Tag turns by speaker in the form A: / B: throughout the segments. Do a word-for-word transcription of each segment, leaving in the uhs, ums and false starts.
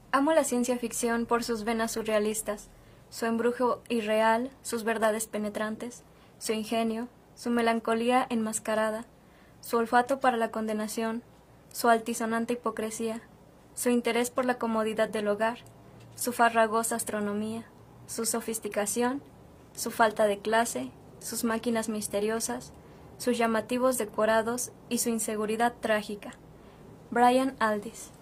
A: Amo la ciencia ficción por sus venas surrealistas, su embrujo irreal, sus verdades penetrantes, su ingenio, su melancolía enmascarada, su olfato para la condenación, su altisonante hipocresía, su interés por la comodidad del hogar, su farragosa astronomía, su sofisticación, su falta de clase, sus máquinas misteriosas, sus llamativos decorados y su inseguridad trágica. Brian Aldiss.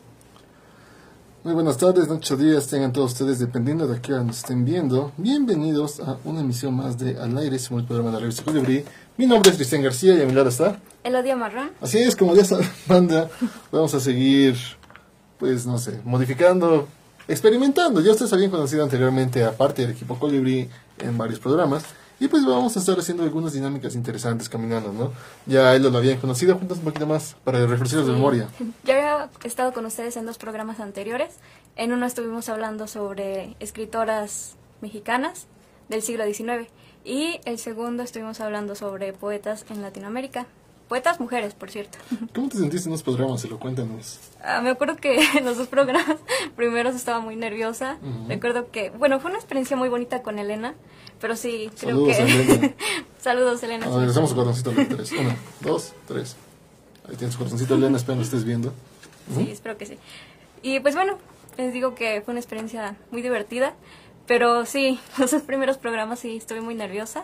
B: Muy buenas tardes, noches o días tengan todos ustedes, dependiendo de qué nos estén viendo. Bienvenidos a una emisión más de Al Aire, somos el programa de la revista Colibrí. Mi nombre es Cristian García y a mi lado está
A: Elodia Marrón.
B: Así es, como ya saben, banda, vamos a seguir, pues no sé, modificando, experimentando. Ya ustedes habían conocido anteriormente a parte del equipo Colibrí en varios programas. Y pues vamos a estar haciendo algunas dinámicas interesantes caminando, ¿no? Ya ellos lo habían conocido, juntos un poquito más para refrescarlos
A: Sí.
B: de memoria.
A: Yo había estado con ustedes en dos programas anteriores. En uno estuvimos hablando sobre escritoras mexicanas del siglo diecinueve. Y el segundo estuvimos hablando sobre poetas en Latinoamérica. Poetas mujeres, por cierto.
B: ¿Cómo te sentiste en los programas? Se lo cuéntanos.
A: Ah, me acuerdo que en los dos programas primeros estaba muy nerviosa.
B: Uh-huh.
A: Recuerdo que, bueno, fue una experiencia muy bonita con Elena. Pero sí, creo
B: Saludos,
A: que...
B: Elena.
A: Saludos, Elena.
B: A ver, regresamos su corazoncito de tres. Uno, dos, tres. Ahí tienes su corazoncito, Elena, espero que lo estés viendo.
A: Sí,
B: Uh-huh.
A: espero que sí. Y pues bueno, les digo que fue una experiencia muy divertida. Pero sí, los dos primeros programas sí estuve muy nerviosa.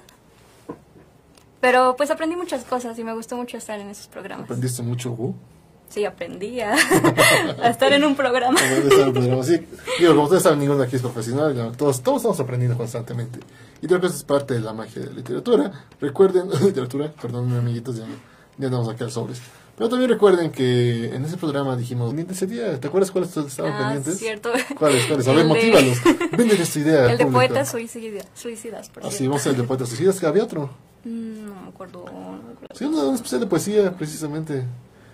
A: Pero pues aprendí muchas cosas y me gustó mucho estar en esos programas.
B: ¿Aprendiste mucho, Gu?
A: Sí, aprendí a, a estar en un programa.
B: Sí, digo, como ustedes saben, ninguno aquí es profesional, ¿no? todos, todos estamos aprendiendo constantemente. Y creo que eso es parte de la magia de la literatura. Recuerden, literatura, perdón, amiguitos, ya, ya andamos acá al sobres. Pero también recuerden que en ese programa dijimos, ese día, ¿te acuerdas cuáles estaban
A: Ah,
B: pendientes?
A: cierto.
B: ¿Cuáles? ¿Cuáles? A ver,
A: El de-
B: motívalos. Venden esta idea.
A: El de
B: público.
A: poetas suicida, suicidas, por
B: Así,
A: cierto.
B: vamos a ver el de poetas suicidas, que había otro.
A: Mm, No me acuerdo. No me acuerdo.
B: Sí, una, una especial de poesía, precisamente.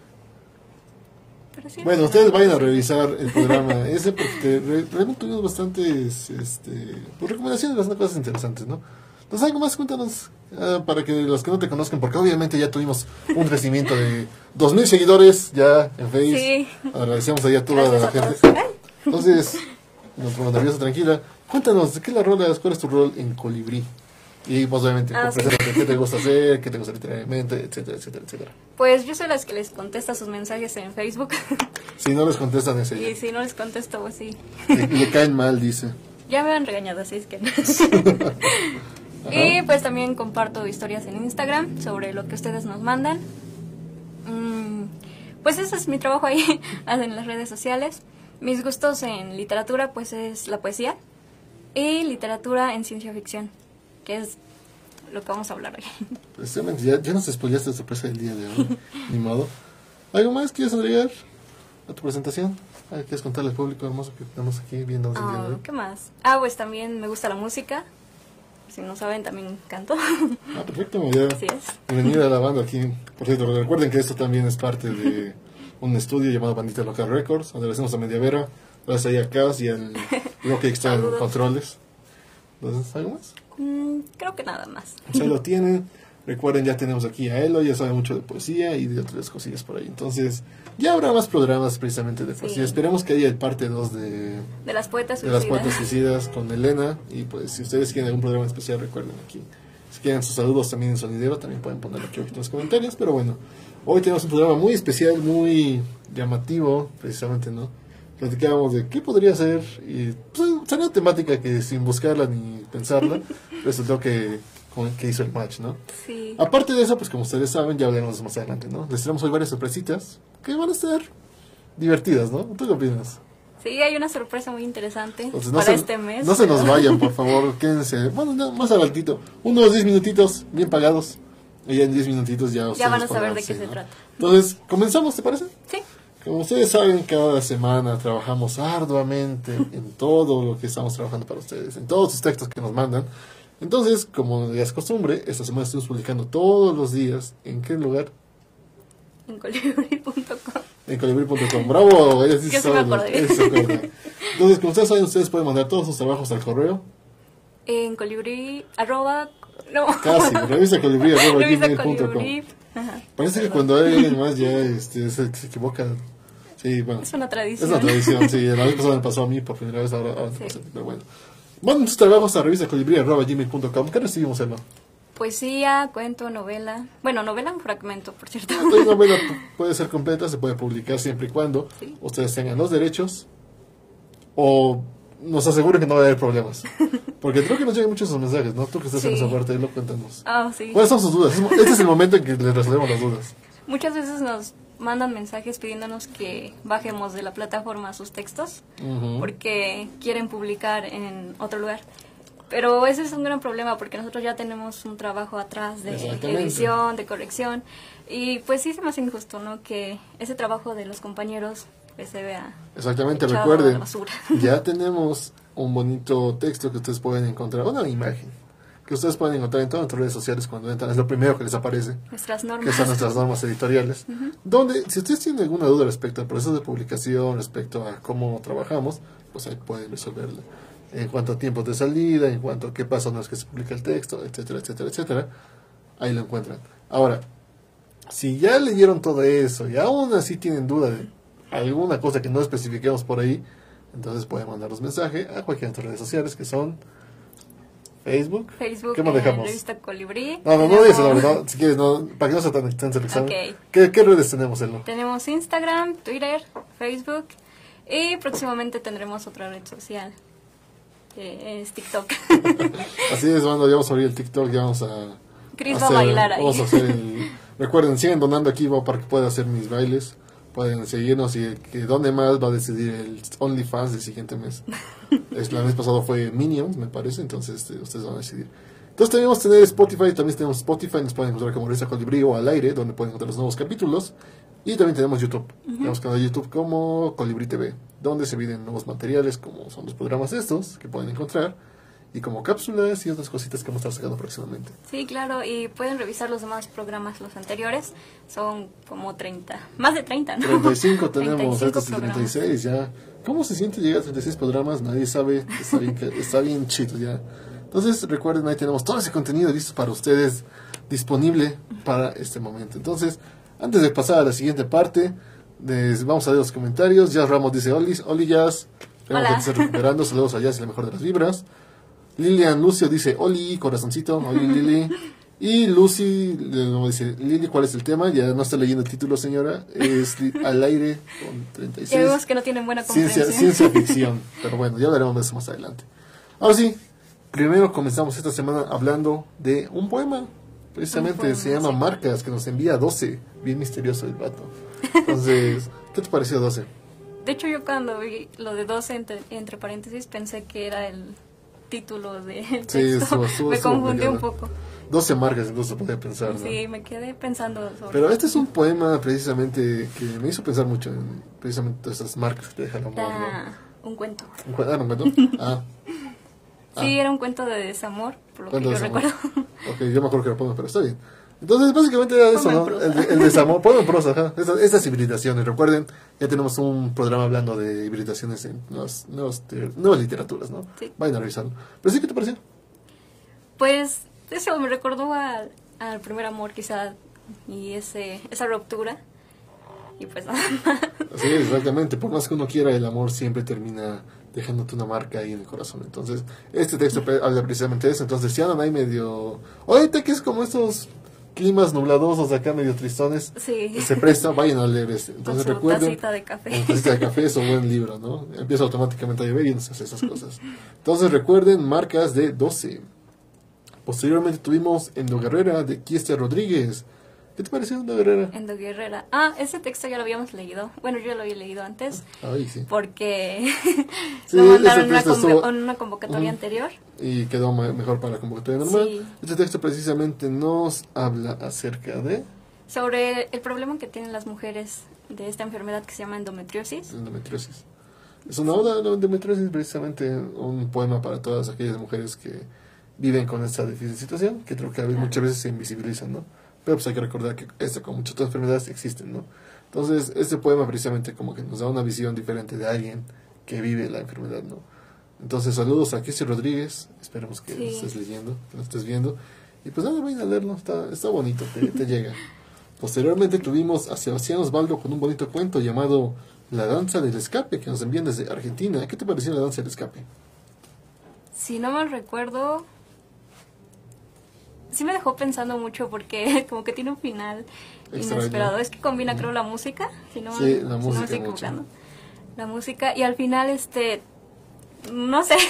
A: Pero sí,
B: Bueno,
A: no,
B: ustedes
A: no,
B: vayan a
A: sí.
B: revisar el programa ese porque re- realmente tuvimos bastantes este, pues, recomendaciones, bastantes cosas interesantes, ¿no? Entonces, algo más, cuéntanos, ah, para que los que no te conozcan, porque obviamente ya tuvimos un crecimiento de dos mil seguidores ya en Facebook.
A: Sí.
B: Agradecemos ahí a toda
A: Gracias
B: la
A: a
B: gente.
A: todos. Ay.
B: Entonces, nos ponemos nerviosa, tranquila. Cuéntanos, ¿de qué la rolas? ¿Cuál es tu rol en Colibrí? Y pues obviamente,
A: Ah,
B: pues,
A: sí.
B: qué te gusta hacer, qué te gusta literariamente, etcétera, etcétera, etcétera.
A: Pues yo soy las que les contesta sus mensajes en Facebook.
B: Si no les contestan ese,
A: Y si no les contesto, pues sí.
B: le, le caen mal, dice.
A: Ya me han regañado, así es que... Y pues también comparto historias en Instagram sobre lo que ustedes nos mandan. Mm, Pues ese es mi trabajo ahí en las redes sociales. Mis gustos en literatura pues es la poesía y literatura en ciencia ficción, que es lo que vamos a hablar hoy.
B: Precisamente, ya, ya nos spoileaste la sorpresa del día de hoy. Ni modo. ¿Algo más quieres agregar a tu presentación? ¿Algo ¿Quieres contarle al público hermoso que estamos aquí viendo el día de
A: Ah,
B: hoy?
A: ¿Qué más? Ah, pues también me gusta la música. Si no saben, también canto.
B: Ah, perfecto, ya.
A: Así es.
B: Bienvenida a la banda aquí. Por cierto, recuerden que esto también es parte de un estudio llamado Bandita Local Records, donde le hacemos a Media Vera, gracias ahí a Cas y al Roque que está en
A: Saludos.
B: controles. Entonces, ¿algo más?
A: Mm, creo que nada más.
B: Se lo tienen. Recuerden, ya tenemos aquí a Elo, ya sabe mucho de poesía y de otras cosillas por ahí. Entonces, ya habrá más programas precisamente de poesía.
A: Sí.
B: Esperemos que haya el parte dos de,
A: De las poetas
B: de las
A: suicidas.
B: poetas suicidas con Elena. Y pues, si ustedes quieren algún programa especial, recuerden aquí. Si quieren sus saludos también en sonidero, también pueden ponerlo aquí en los comentarios. Pero bueno, hoy tenemos un programa muy especial, muy llamativo, precisamente, ¿no? Platicábamos de qué podría ser, y pues, sería una temática que sin buscarla ni pensarla, resultó que, con- que hizo el match, ¿no?
A: Sí.
B: Aparte de eso, pues como ustedes saben, ya hablaremos más adelante, ¿no? Les traemos hoy varias sorpresitas que van a estar divertidas, ¿no? ¿Tú qué opinas?
A: Sí, hay una sorpresa muy interesante
B: Entonces, no
A: para
B: se,
A: este mes.
B: no se nos
A: pero-
B: vayan, por favor, quédense. Bueno, no, más adelantito, unos diez minutitos bien pagados. Y ya en diez minutitos ya ustedes
A: van a saber
B: podrán,
A: de qué
B: sí,
A: se
B: ¿no?
A: trata.
B: Entonces, comenzamos, ¿te parece?
A: Sí.
B: Como ustedes saben, cada semana trabajamos arduamente en todo lo que estamos trabajando para ustedes, en todos los textos que nos mandan. Entonces, como ya es costumbre, esta semana estamos publicando todos los días. ¿En qué lugar?
A: En colibrí punto com.
B: En colibrí punto com. ¡Bravo! Ellos sí
A: Yo sí
B: saben,
A: me acordé.
B: ellos se acuerdan. Entonces, como ustedes saben, ustedes pueden mandar todos sus trabajos al correo.
A: En colibrí, arroba, no.
B: Casi, revista colibrí arroba
A: Revista
B: gmail punto com.
A: colibrí. Ajá.
B: Parece que cuando hay alguien más ya este, se, se equivoca. Sí, bueno.
A: Es una tradición.
B: Es una tradición, sí. La vez pasada me pasó a mí por primera vez, ahora, ahora
A: Sí.
B: te pasa a ti, pero bueno. Manden tus trabajos a revista colibrí arroba gmail punto com. ¿Qué recibimos, Emma?
A: Poesía, cuento, novela. Bueno, novela un fragmento, por cierto.
B: La novela puede ser completa, se puede publicar siempre y cuando
A: Sí.
B: ustedes tengan los derechos o nos aseguren que no va a haber problemas. Porque creo que nos llegan muchos esos mensajes, ¿no? Tú que estás en
A: Sí.
B: esa parte, lo cuéntanos.
A: Ah, sí.
B: ¿Cuáles son sus dudas? Este es el momento en que les resolvemos las dudas.
A: Muchas veces nos mandan mensajes pidiéndonos que bajemos de la plataforma sus textos
B: Ujú.
A: porque quieren publicar en otro lugar. Pero ese es un gran problema porque nosotros ya tenemos un trabajo atrás de
B: Exactamente.
A: edición, de corrección y pues sí se me hace injusto, ¿no? Que ese trabajo de los compañeros pues se vea
B: Exactamente,
A: echado a
B: recuerden,
A: la basura.
B: ya tenemos un bonito texto que ustedes pueden encontrar, una imagen que ustedes pueden encontrar en todas nuestras redes sociales cuando entran, es lo primero que les aparece,
A: Nuestras
B: que
A: normas.
B: son nuestras normas editoriales, donde si ustedes tienen alguna duda respecto al proceso de publicación, respecto a cómo trabajamos, pues ahí pueden resolverla. En cuanto a tiempos de salida, en cuanto a qué pasa una vez que se publica el texto, etcétera, etcétera, etcétera, ahí lo encuentran. Ahora, si ya leyeron todo eso y aún así tienen duda de alguna cosa que no especifiquemos por ahí, entonces pueden mandarnos mensaje a cualquiera de nuestras redes sociales que son Facebook.
A: Facebook,
B: ¿Qué
A: en
B: manejamos?
A: Revista Colibrí.
B: No, no, no digas el
A: Tenemos-
B: nombre, no, si quieres, no, para que no sea tan extenso el examen.
A: Ok.
B: ¿Qué, ¿Qué redes tenemos, Elo?
A: Tenemos Instagram, Twitter, Facebook y próximamente tendremos otra red social, que es TikTok.
B: Así es, bueno, ya vamos a abrir el TikTok, ya vamos a...
A: Chris va a
B: hacer-
A: bailar ahí.
B: Vamos a hacer el... Recuerden, siguen donando aquí va, para que pueda hacer mis bailes. Pueden seguirnos y el que donde más va a decidir el OnlyFans del siguiente mes. Es, el mes pasado fue Minions, me parece, entonces este, ustedes van a decidir. Entonces también vamos a tener Spotify, también tenemos Spotify, nos pueden encontrar como Revista Colibrí o al aire, donde pueden encontrar los nuevos capítulos. Y también tenemos YouTube, tenemos canal de YouTube como Colibrí T V, donde se vienen nuevos materiales como son los programas estos que pueden encontrar. Y como cápsulas y otras cositas que vamos a estar sacando próximamente.
A: Sí, claro, y pueden revisar los demás programas, los anteriores, son como treinta, más de treinta, ¿no?
B: treinta y cinco tenemos,
A: treinta y cinco
B: este es el treinta y seis ya. ¿Cómo se siente llegar a treinta y seis programas? Nadie sabe, está bien, que- está bien chido ya. Entonces recuerden, ahí tenemos todo ese contenido listo para ustedes, disponible para este momento. Entonces, antes de pasar a la siguiente parte, les vamos a ver los comentarios. Jazz Ramos dice, Oli, Oli Jazz, esperamos
A: Hola.
B: que te estés recuperando, saludos a Jazz y la mejor de las vibras. Lilian Lucio dice, Oli, corazoncito, Oli Lili. Y Lucy le- dice, Lili, ¿cuál es el tema? Ya no está leyendo el título, señora. Es li- al aire con treinta y
A: Ya
B: seis.
A: vemos que no tienen buena
B: Ciencia,
A: comprensión.
B: ciencia ficción. Pero bueno, ya veremos eso más adelante. Ahora sí, primero comenzamos esta semana hablando de un poema. Precisamente
A: Un poema,
B: se llama
A: sí.
B: Marcas, que nos envía doce. Bien misterioso el vato. Entonces, ¿qué te pareció doce?
A: De hecho, yo cuando vi lo de doce entre, entre paréntesis pensé que era el título del
B: Sí,
A: texto.
B: estuvo- estuvo-
A: me
B: estuvo
A: confundí un
B: complicado.
A: poco.
B: doce marcas, entonces se podía pensar, ¿no?
A: Sí, me quedé pensando sobre
B: Pero este es un poema precisamente que me hizo pensar mucho en precisamente todas esas marcas que te dejan el amor, ¿no?
A: Era un cuento.
B: ¿Un cuen- ah, ¿no, un cuento? Ah,
A: Sí, era un cuento de desamor, por lo que
B: cuento
A: yo
B: de desamor.
A: recuerdo.
B: Ok, yo me acuerdo que era poema, pero está bien. Entonces, básicamente era eso,
A: Poema en
B: ¿no?
A: prosa.
B: El, de- el desamor, poema en prosa, ajá. Esas, esas hibridaciones. Recuerden, ya tenemos un programa hablando de hibridaciones en nuevas, nuevas, te- nuevas literaturas, ¿no?
A: Sí.
B: Vayan a revisarlo. Pero sí, ¿qué te pareció?
A: Pues eso me recordó al, al primer amor quizá y ese esa ruptura. Y pues nada más.
B: Sí, exactamente. Por más que uno quiera, el amor siempre termina dejándote una marca ahí en el corazón. Entonces, este texto pre- habla precisamente de eso. Entonces, si andan ahí medio... Ahorita que es como estos climas nubladosos de acá, medio tristones,
A: Sí.
B: se presta, vayan a leer este.
A: Con
B: Entonces,
A: su
B: recuerden...
A: tacita de café.
B: Una tacita de café es un buen libro, ¿no? Empieza automáticamente a llover y no se hace esas cosas. Entonces, recuerden, marcas de doce. Posteriormente tuvimos Endo Guerrera de Kiestia Rodríguez. ¿Qué te pareció Endo Guerrera?
A: Endo Guerrera. Ah, ese texto ya lo habíamos leído. Bueno, yo lo había leído antes.
B: Ay, sí.
A: Porque
B: Sí,
A: lo mandaron en
B: ese
A: una,
B: texto
A: convo-
B: estuvo-
A: en una convocatoria
B: Ujú.
A: anterior.
B: Y quedó ma- mejor para la convocatoria normal.
A: Sí.
B: Este texto precisamente nos habla acerca de
A: Sobre el problema que tienen las mujeres de esta enfermedad que se llama endometriosis.
B: endometriosis. Es una oda a la endometriosis, precisamente un poema para todas aquellas mujeres que viven con esta difícil situación, que creo que a veces,
A: Claro.
B: muchas veces se invisibilizan, ¿no? Pero pues hay que recordar que esta, como muchas otras enfermedades, existen, ¿no? Entonces, este poema precisamente como que nos da una visión diferente de alguien que vive la enfermedad, ¿no? Entonces, saludos a Kiestia Rodríguez, esperemos que
A: Sí.
B: lo estés leyendo, que lo estés viendo. Y pues nada, vayan a leerlo, está, está bonito, te, te llega. Posteriormente tuvimos a Sebastián Osvaldo con un bonito cuento llamado La danza del escape, que nos envían desde Argentina. ¿Qué te pareció la danza del escape?
A: Si no mal recuerdo, sí me dejó pensando mucho porque como que tiene un final
B: Extraño.
A: inesperado. Es que combina, creo, la música, si no,
B: Sí, la
A: si
B: música
A: no me estoy
B: mucho.
A: equivocando. La música, y al final, este, no sé,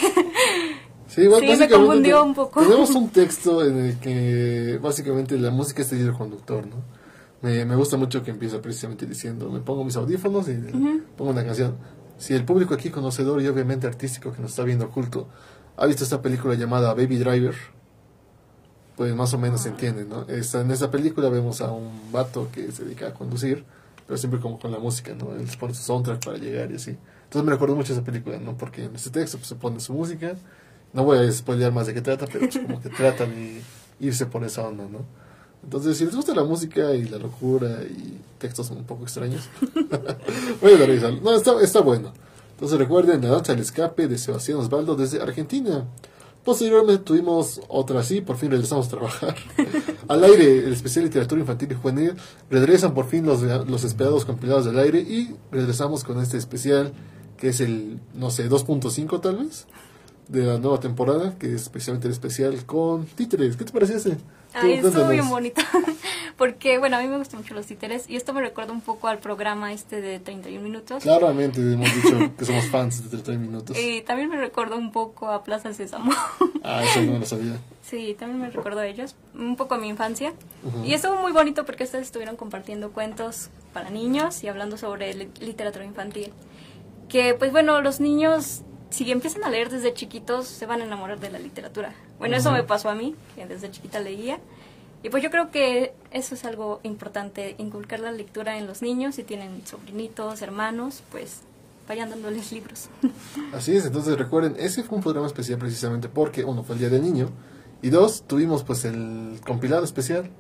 B: Sí, bueno,
A: Sí, me
B: básicamente
A: confundió
B: te-
A: un poco.
B: Tenemos un texto en el que básicamente la música es el hilo conductor, ¿no? Me, me gusta mucho que empieza precisamente diciendo, me pongo mis audífonos y pongo una canción. Si el público aquí conocedor y obviamente artístico que nos está viendo oculto ha visto esta película llamada Baby Driver, pues más o menos se entiende, ¿no? Esta- en esa película vemos a un vato que se dedica a conducir, pero siempre como con la música, ¿no? Él pone su soundtrack para llegar y así. Entonces me recuerdo mucho esa película, ¿no? Porque en este texto pues, se pone su música. No voy a spoilear más de qué trata, pero es como que tratan de irse por esa onda, ¿no? Entonces, si les gusta la música y la locura y textos un poco extraños, voy a dar risa. No, está, está bueno. Entonces recuerden la danza del escape de Sebastián Osvaldo desde Argentina. Posteriormente tuvimos otra así, por fin regresamos a trabajar. Al aire, el especial literatura infantil y juvenil. Regresan por fin los, los esperados compilados del aire y regresamos con este especial que es el, no sé, dos punto cinco tal vez, de la nueva temporada, que es especialmente el especial con títeres. ¿Qué te pareció ese?
A: Ay,
B: Tú,
A: estuvo bien
B: cuéntanos.
A: bonito. Porque, bueno, a mí me gustan mucho los títeres. Y esto me recuerda un poco al programa este de treinta y un minutos.
B: Claramente hemos dicho que somos fans de treinta minutos.
A: Y también me recuerda un poco a Plaza Sésamo.
B: Ah, eso no lo sabía.
A: Sí, también me recuerdo a ellos. Un poco a mi infancia.
B: Ujú.
A: Y estuvo muy bonito porque ustedes estuvieron compartiendo cuentos para niños y hablando sobre li- literatura infantil. Que, pues bueno, los niños, si empiezan a leer desde chiquitos, se van a enamorar de la literatura. Bueno, eso
B: Ujú.
A: me pasó a mí, que desde chiquita leía. Y pues yo creo que eso es algo importante, inculcar la lectura en los niños. Si tienen sobrinitos, hermanos, pues vayan dándoles libros.
B: Así es, entonces recuerden, ese fue un programa especial precisamente porque, uno, fue el Día del Niño, y dos, tuvimos pues el compilado especial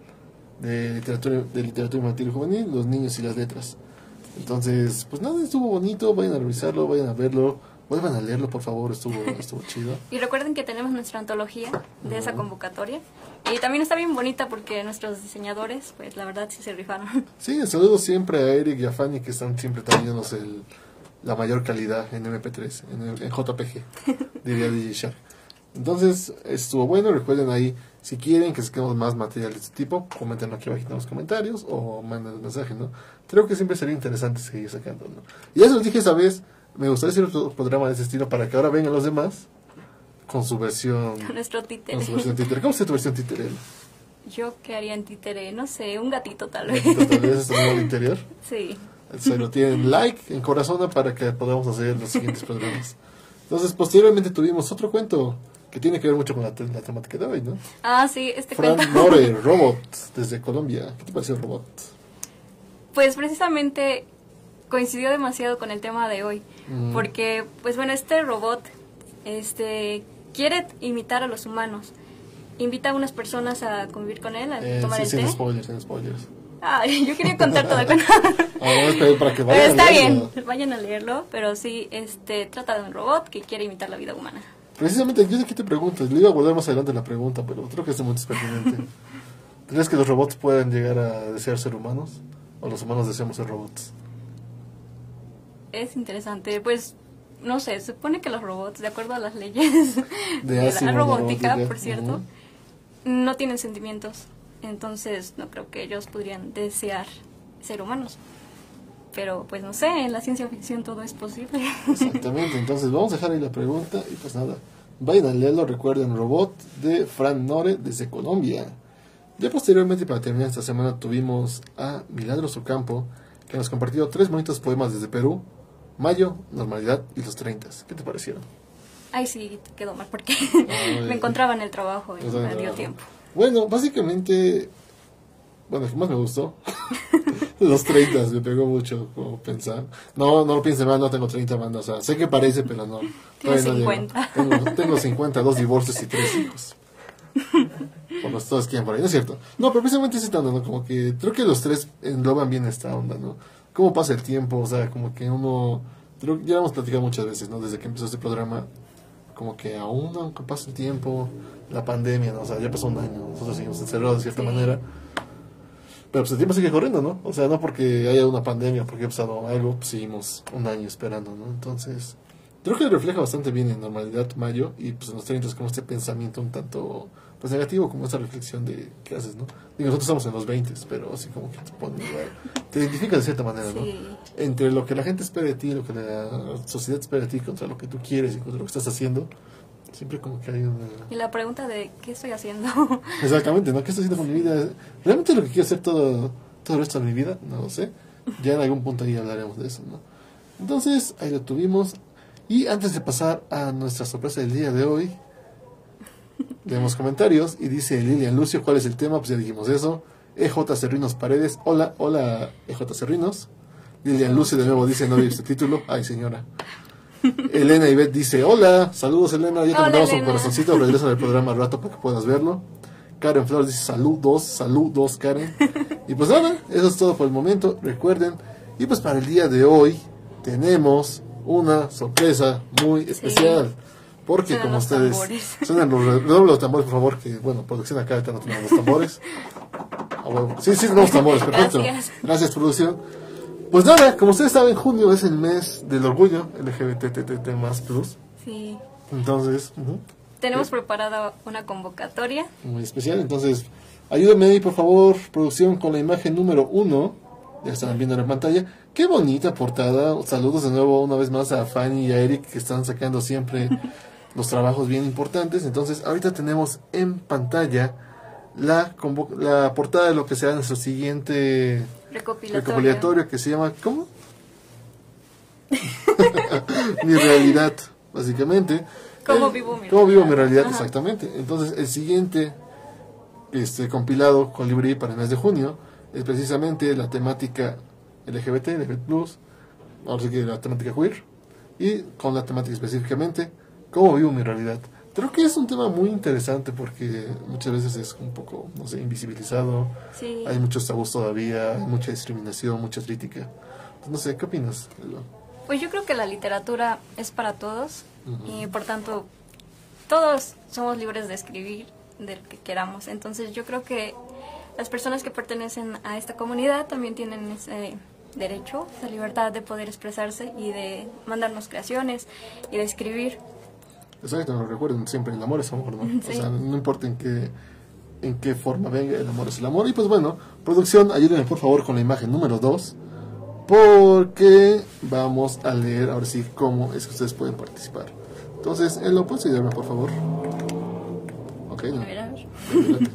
B: de literatura, de literatura infantil y juvenil, los niños y las letras. Entonces, pues nada, estuvo bonito, vayan a revisarlo, vayan a verlo, vuelvan a leerlo, por favor, estuvo, estuvo chido.
A: Y recuerden que tenemos nuestra antología de esa convocatoria. Y también está bien bonita porque nuestros diseñadores, pues la verdad sí se rifaron.
B: Sí, saludos siempre a Eric y a Fanny que están siempre trayéndonos el, la mayor calidad en eme pe tres, en, en J P G, diría D J Shark. Entonces, estuvo bueno, recuerden ahí, si quieren que saquemos más material de este tipo, comenten aquí abajo en los comentarios o manden un mensaje, ¿no? Creo que siempre sería interesante seguir sacando, ¿no? Y ya se los dije esa vez, me gustaría hacer otro programa de ese estilo para que ahora vengan los demás con su versión,
A: Con nuestro títere.
B: con su versión títere. ¿Cómo es tu versión títere?
A: Yo qué haría en títere, no sé, un gatito tal
B: ¿Un
A: vez.
B: gatito tal vez es el interior?
A: Sí.
B: Se lo tienen like en corazón para que podamos hacer los siguientes programas. Entonces, posteriormente tuvimos otro cuento que tiene que ver mucho con la, te- la temática de hoy, ¿no?
A: Ah, sí, este
B: Fran
A: cuento.
B: Nore, Robot, desde Colombia. ¿Qué te pareció el Robot?
A: Pues precisamente coincidió demasiado con el tema de hoy.
B: Mm.
A: Porque, pues bueno, este robot este quiere imitar a los humanos. Invita a unas personas a convivir con él, a
B: Eh,
A: tomar
B: sí,
A: el
B: sin
A: té.
B: spoilers, sin spoilers.
A: Ay, yo quería contar todo el cuento.
B: Ah, vamos a esperar para que
A: Pero
B: vayan a
A: está
B: leerlo.
A: bien, vayan a leerlo, pero sí, este, trata de un robot que quiere imitar la vida humana.
B: Precisamente, yo de aquí te pregunto, le iba a volver más adelante la pregunta, pero creo que este momento es pertinente. ¿Crees que los robots pueden llegar a desear ser humanos? ¿O los humanos deseamos ser robots?
A: Es interesante, pues, no sé, se supone que los robots, de acuerdo a las leyes
B: De
A: de,
B: Asimov,
A: la
B: la
A: robótica,
B: robótica,
A: por cierto,
B: ujú.
A: no tienen sentimientos. Entonces, no creo que ellos podrían desear ser humanos. Pero, pues, no sé, en la ciencia ficción todo es posible.
B: Exactamente, entonces vamos a dejar ahí la pregunta y pues nada, vayan a leerlo, recuerden Robot de Fran Nore desde Colombia. Ya posteriormente, para terminar esta semana, tuvimos a Milagros Ocampo, que nos compartió tres bonitos poemas desde Perú: Mayo, Normalidad y Los Treintas. ¿Qué te parecieron?
A: Ay, sí, te quedó mal porque
B: Ay.
A: me encontraba en el trabajo y
B: O sea,
A: me dio
B: no.
A: tiempo.
B: Bueno, básicamente, bueno, el que más me gustó, Los Treintas, me pegó mucho como pensar. No, no lo piensen mal, no tengo treinta bandas, o sea, sé que parece, pero no.
A: Tienes
B: todavía no llego.
A: cincuenta.
B: Tengo, tengo cincuenta, dos divorcios y tres hijos. Por los todos quieren por ahí, ¿no es cierto? No, pero precisamente ese onda, ¿no? Como que creo que los tres engloban bien esta onda, ¿no? Cómo pasa el tiempo, o sea, como que uno, creo que ya lo hemos platicado muchas veces, ¿no? Desde que empezó este programa, como que aún, aunque pase el tiempo, la pandemia, ¿no? O sea, ya pasó un año, nosotros seguimos encerrados de cierta
A: Sí.
B: manera. Pero pues el tiempo sigue corriendo, ¿no? O sea, no porque haya una pandemia, porque ha pasado algo, pues seguimos un año esperando, ¿no? Entonces, creo que refleja bastante bien en Normalidad Mayo y pues en los treinta como este pensamiento un tanto pues negativo, como esta reflexión de qué haces, ¿no? Digo, nosotros estamos en los veinte, pero así como que te pone, te identifica de cierta manera, ¿no?
A: Sí.
B: Entre lo que la gente espera de ti, lo que la sociedad espera de ti, contra lo que tú quieres y contra lo que estás haciendo, siempre como que hay una...
A: Y la pregunta de ¿qué estoy haciendo?
B: Exactamente, ¿no? ¿Qué estoy haciendo con mi vida? ¿Realmente es lo que quiero hacer todo, todo el resto de mi vida? No lo sé. Ya en algún punto ahí hablaremos de eso, ¿no? Entonces, ahí lo tuvimos. Y antes de pasar a nuestra sorpresa del día de hoy, leemos comentarios y dice Lilian Lucio, ¿cuál es el tema? Pues ya dijimos eso. E J Cerrinos Paredes, hola, hola E J Cerrinos. Lilian Lucio de nuevo dice, no vi este título. Ay, señora. Elena Ivette dice, hola, saludos Elena, ya te
A: Hola,
B: mandamos un
A: Elena.
B: corazoncito, regresa del programa al rato para que puedas verlo. Karen Flores dice, saludos, saludos Karen. Y pues nada, eso es todo por el momento, recuerden. Y pues para el día de hoy tenemos una sorpresa muy especial. Porque
A: Suenan
B: como
A: los
B: ustedes...
A: tambores.
B: Suenan los, redoble los tambores, por favor, que bueno, producción acá ahorita no tenemos los tambores. Ah, bueno, sí, sí tenemos tambores, perfecto.
A: Gracias.
B: Gracias, producción. Pues nada, como ustedes saben, junio es el mes del orgullo L G B T T T más plus.
A: Sí.
B: Entonces, uh-huh,
A: Tenemos preparada una convocatoria.
B: muy especial. Entonces, ayúdenme ahí, por favor, producción, con la imagen número uno. Ya están viendo en la pantalla. Qué bonita portada. Saludos de nuevo una vez más a Fanny y a Eric, que están sacando siempre los trabajos bien importantes. Entonces, ahorita tenemos en pantalla la, convo- la portada de lo que será nuestro siguiente
A: Recopilatorio.
B: recopilatorio, que se llama, ¿cómo? Mi realidad, básicamente.
A: ¿Cómo
B: El-
A: vivo mi
B: ¿Cómo vivo mi
A: realidad?
B: realidad?
A: Ajá.
B: Exactamente. Entonces, el siguiente este compilado con Libri para el mes de junio es precisamente la temática L G B T, L G B T plus, ahora sí que la temática queer, y con la temática específicamente ¿cómo vivo mi realidad? Creo que es un tema muy interesante porque muchas veces es un poco, no sé, invisibilizado.
A: Sí.
B: Hay muchos tabús todavía, hay mucha discriminación, mucha crítica. Entonces, no sé, ¿qué opinas, Elba?
A: Pues yo creo que la literatura es para todos
B: Ujú.
A: y por tanto todos somos libres de escribir de lo que queramos. Entonces yo creo que las personas que pertenecen a esta comunidad también tienen ese derecho, esa libertad de poder expresarse y de mandarnos creaciones y de escribir.
B: Exacto, recuerden siempre, el amor es amor, ¿no?
A: Sí.
B: O sea, no importa en qué, en qué forma venga, el amor es el amor. Y pues bueno, producción, ayúdenme por favor con la imagen número dos, porque vamos a leer ahora sí cómo es que ustedes pueden participar. Entonces, Elo, ¿puedes ayudarme por favor? Ok, no.
A: A ver, a ver.
B: Adelante.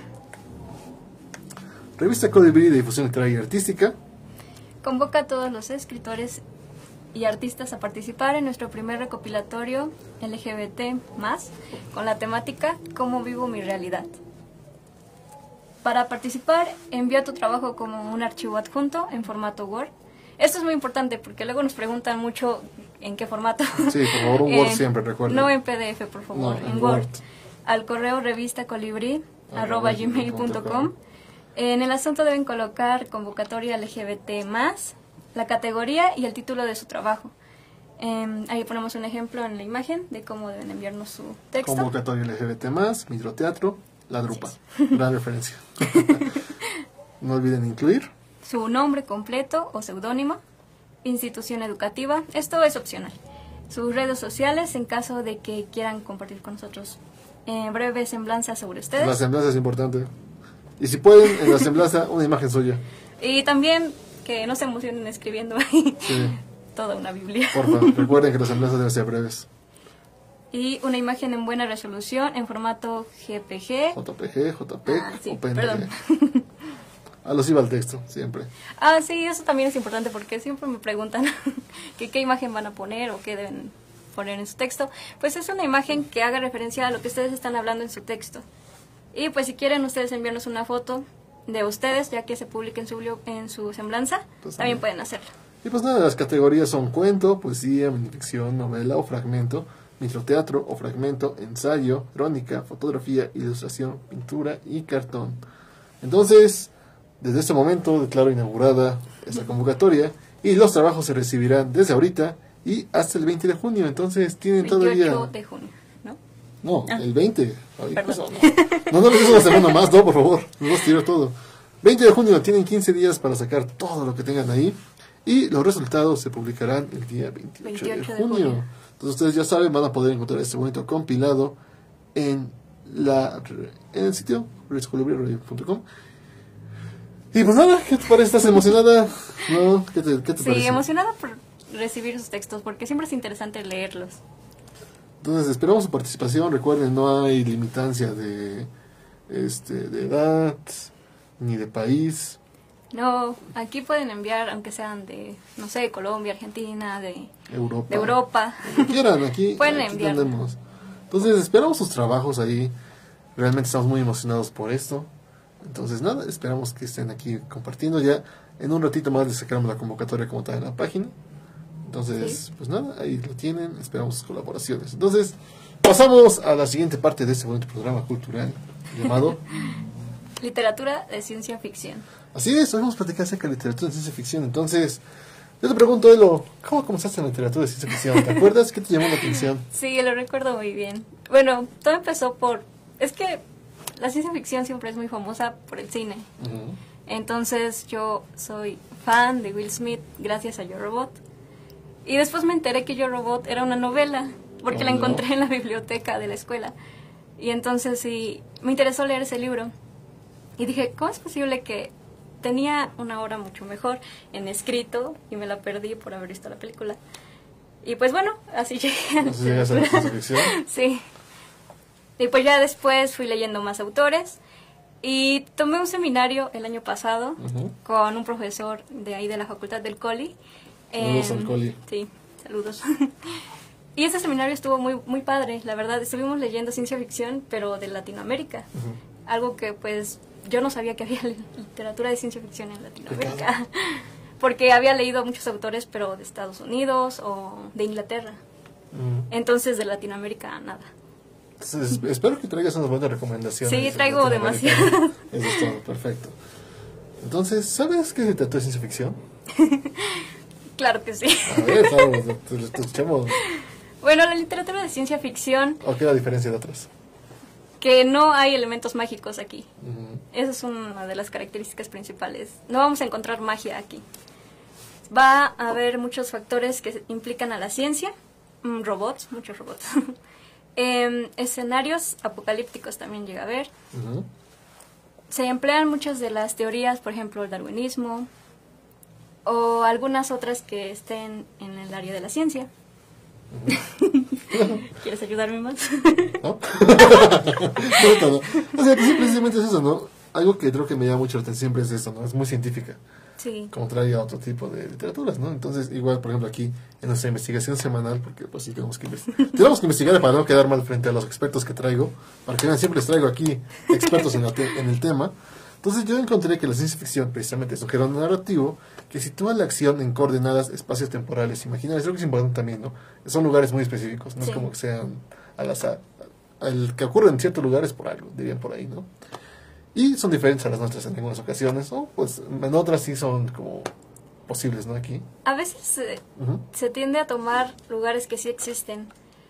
B: Revista Colibrí de Difusión Literaria y Artística.
A: Convoca a todos los escritores y artistas a participar en nuestro primer recopilatorio L G B T más, con la temática ¿Cómo vivo mi realidad? Para participar, envía tu trabajo como un archivo adjunto en formato Word. Esto es muy importante porque luego nos preguntan mucho en qué formato.
B: Sí, por favor, un Word
A: En-
B: siempre, recuerden.
A: No en P D F, por favor,
B: No,
A: en
B: en
A: Word.
B: Word.
A: Al correo revistacolibri
B: Arroba
A: arroba gmail punto com. En el asunto deben colocar convocatoria L G B T más, la categoría y el título de su trabajo. Eh, ahí ponemos un ejemplo en la imagen de cómo deben enviarnos su texto.
B: Convocatoria L G B T más, microteatro, La Drupa. Gran referencia. No olviden incluir.
A: Su nombre completo o seudónimo, institución educativa, esto es opcional. Sus redes sociales en caso de que quieran compartir con nosotros eh, breves semblanzas sobre ustedes.
B: La semblanza es importante. Y si pueden, en la semblanza, una imagen suya.
A: Y también que no se emocionen escribiendo ahí
B: Sí,
A: toda una Biblia.
B: porfa. Recuerden que las semblanzas deben ser breves.
A: Y una imagen en buena resolución en formato G P G.
B: J P G, J P E G
A: Ah, sí,
B: o P N
A: perdón.
B: G. Alusiva al texto, siempre.
A: Ah, sí, eso también es importante porque siempre me preguntan que qué imagen van a poner o qué deben poner en su texto. Pues es una imagen que haga referencia a lo que ustedes están hablando en su texto. Y pues si quieren ustedes enviarnos una foto de ustedes, ya que se publique en su, biblio- en su semblanza,
B: Pues
A: también
B: también.
A: pueden hacerlo.
B: Y pues nada, las categorías son cuento, poesía, minificción, novela o fragmento, microteatro o fragmento, ensayo, crónica, fotografía, ilustración, pintura y cartón. Entonces, desde este momento declaro inaugurada esta convocatoria y los trabajos se recibirán desde ahorita y hasta el veinte de junio. Entonces tienen todavía...
A: veintiocho de junio, ¿no?
B: No,
A: Ah.
B: el veinte. Ay,
A: Perdón.
B: pues, no, no, no, no, una semana más, no, por favor. Nos vamos a tirar todo. veinte de junio, tienen quince días para sacar todo lo que tengan ahí. Y los resultados se publicarán el día veintiocho,
A: veintiocho
B: de,
A: de
B: junio.
A: junio.
B: Entonces ustedes ya saben, van a poder encontrar este bonito compilado en, la, en el sitio red library punto com. Y pues nada, ¿qué te parece? ¿Estás emocionada? ¿No? ¿Qué te, qué te
A: Sí,
B: parece?
A: emocionada por recibir sus textos, porque siempre es interesante leerlos.
B: Entonces esperamos su participación. Recuerden, no hay limitancia de, este, de edad ni de país.
A: No, aquí pueden enviar, aunque sean de, no sé, Colombia, Argentina, de
B: Europa.
A: de Europa.
B: Lo que quieran, aquí,
A: Pueden
B: aquí
A: enviar.
B: tenemos. Entonces esperamos sus trabajos ahí. Realmente estamos muy emocionados por esto. Entonces nada, esperamos que estén aquí compartiendo. Ya en un ratito más les sacaremos la convocatoria como está en la página. Entonces,
A: Sí.
B: pues nada, ahí lo tienen. Esperamos sus colaboraciones. Entonces, pasamos a la siguiente parte de este bonito programa cultural llamado...
A: Literatura de ciencia ficción.
B: Así es, hoy vamos a platicar acerca de literatura de ciencia ficción. Entonces, yo te pregunto, Elo, ¿cómo comenzaste en la literatura de ciencia ficción? ¿Te acuerdas? ¿Qué te llamó la atención?
A: Sí, lo recuerdo muy bien. Bueno, todo empezó por... Es que la ciencia ficción siempre es muy famosa por el cine.
B: Uh-huh.
A: Entonces yo soy fan de Will Smith gracias a Yo Robot. Y después me enteré que Yo Robot era una novela, porque
B: Oh,
A: la
B: no.
A: encontré en la biblioteca de la escuela. Y entonces sí, me interesó leer ese libro. Y dije, ¿cómo es posible que tenía una obra mucho mejor en escrito y me la perdí por haber visto la película? Y pues bueno, así llegué a la
B: ¿Así llegas a la ciencia ficción?
A: Sí. Y pues ya después fui leyendo más autores y tomé un seminario el año pasado
B: Ujú.
A: con un profesor de ahí de la Facultad del Coli.
B: Saludos
A: En-
B: al Coli.
A: Sí, saludos. Y ese seminario estuvo muy muy padre, la verdad. Estuvimos leyendo ciencia ficción, pero de Latinoamérica.
B: Ujú.
A: Algo que pues yo no sabía que había li- literatura de ciencia ficción en Latinoamérica. Porque había leído a muchos autores, pero de Estados Unidos o de Inglaterra.
B: Mm.
A: Entonces de Latinoamérica nada.
B: Entonces, espero que traigas unas buenas recomendaciones.
A: Sí,
B: de
A: traigo
B: Latinoamérica.
A: demasiadas.
B: Eso es todo, perfecto. Entonces, ¿sabes qué es literatura de ciencia ficción?
A: Claro que sí.
B: A ver, sabes, te, te- te escuchamos.
A: Bueno, la literatura de ciencia ficción,
B: ¿O qué es la diferencia de otras?
A: que no hay elementos mágicos aquí.
B: Ujú.
A: Esa es una de las características principales. No vamos a encontrar magia aquí. Va a haber muchos factores que implican a la ciencia, mm, robots, muchos robots. Em, escenarios apocalípticos también llega a haber.
B: Ujú.
A: Se emplean muchas de las teorías, por ejemplo, el darwinismo, o algunas otras que estén en el área de la ciencia. ¿Quieres ayudarme más?
B: ¿No? Sobre todo. O sea, que sí, precisamente es eso, ¿no? Algo que creo que me llama mucho la atención siempre es eso, ¿no? Es muy científica,
A: Sí.
B: contrario a otro tipo de literaturas, ¿no? Entonces, igual, por ejemplo, aquí en nuestra investigación semanal, porque pues sí tenemos que investigar, tenemos que investigar para no quedar mal frente a los expertos que traigo, para que vean, siempre les traigo aquí expertos en, la te- en el tema. Entonces yo encontré que la ciencia ficción precisamente es un género narrativo que sitúa la acción en coordenadas espacios temporales imaginarios. Creo que es importante también, ¿no? Son lugares muy específicos, no
A: Sí.
B: es como que sean al azar. El que ocurre en ciertos lugares por algo, dirían por ahí, ¿no? Y son diferentes a las nuestras en algunas ocasiones, ¿no? Pues en otras sí son como posibles, ¿no? Aquí.
A: A veces eh,
B: Ujú.
A: se tiende a tomar lugares que sí existen.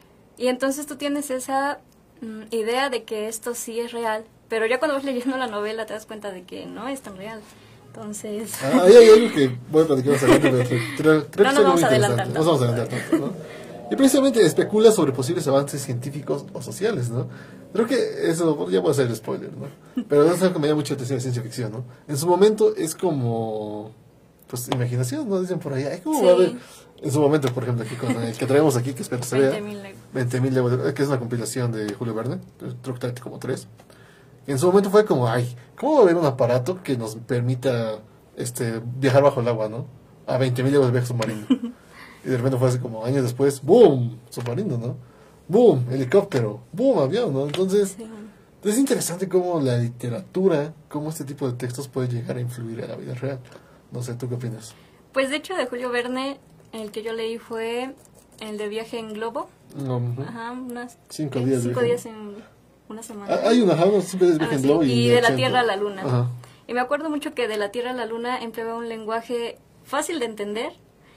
A: Y entonces tú tienes esa mm, idea de que esto sí es real. Pero ya cuando vas leyendo la novela te das cuenta de que no es tan real. Entonces...
B: Ah, ahí hay algo que voy a platicar más adelante, pero creo, creo que
A: No
B: es
A: nos
B: algo
A: vamos
B: muy
A: a adelantar
B: interesante. No nos vamos a adelantar tanto, ¿no? Y precisamente especula sobre posibles avances científicos o sociales, ¿no? Creo que eso, ya voy a hacer el spoiler, ¿no? Pero es algo que me llama mucho la atención de ciencia ficción, ¿no? En su momento es como, pues, imaginación, ¿no? Dicen por ahí, ay, ¿cómo
A: Sí.
B: va a haber? En su momento, por ejemplo, aquí con el que traemos aquí, que espero que se vea,
A: veinte mil le-
B: veinte mil leguas, de- que es una compilación de Julio Verne, creo que trae como tres. En su momento fue como, ay, ¿cómo va a haber un aparato que nos permita este viajar bajo el agua, ¿no? A veinte mil leguas de viaje submarino. Y de repente fue así como años después, ¡boom! Submarino, ¿no? ¡Boom! Helicóptero, ¡boom! Avión, ¿no? Entonces,
A: Sí.
B: es interesante cómo la literatura, cómo este tipo de textos puede llegar a influir en la vida real. No sé, ¿tú qué opinas?
A: Pues de hecho de Julio Verne, el que yo leí fue el de Viaje en Globo.
B: No, ujú.
A: Ajá, unas...
B: Cinco
A: ¿qué?
B: días de
A: Cinco
B: viaje.
A: días en una semana.
B: Ah, hay una, ajá, uno siempre es
A: Ah,
B: viaje en
A: sí,
B: globo
A: y de la
B: ochenta.
A: Tierra a la Luna.
B: Ajá.
A: Y me acuerdo mucho que de la Tierra a la Luna empleaba un lenguaje fácil de entender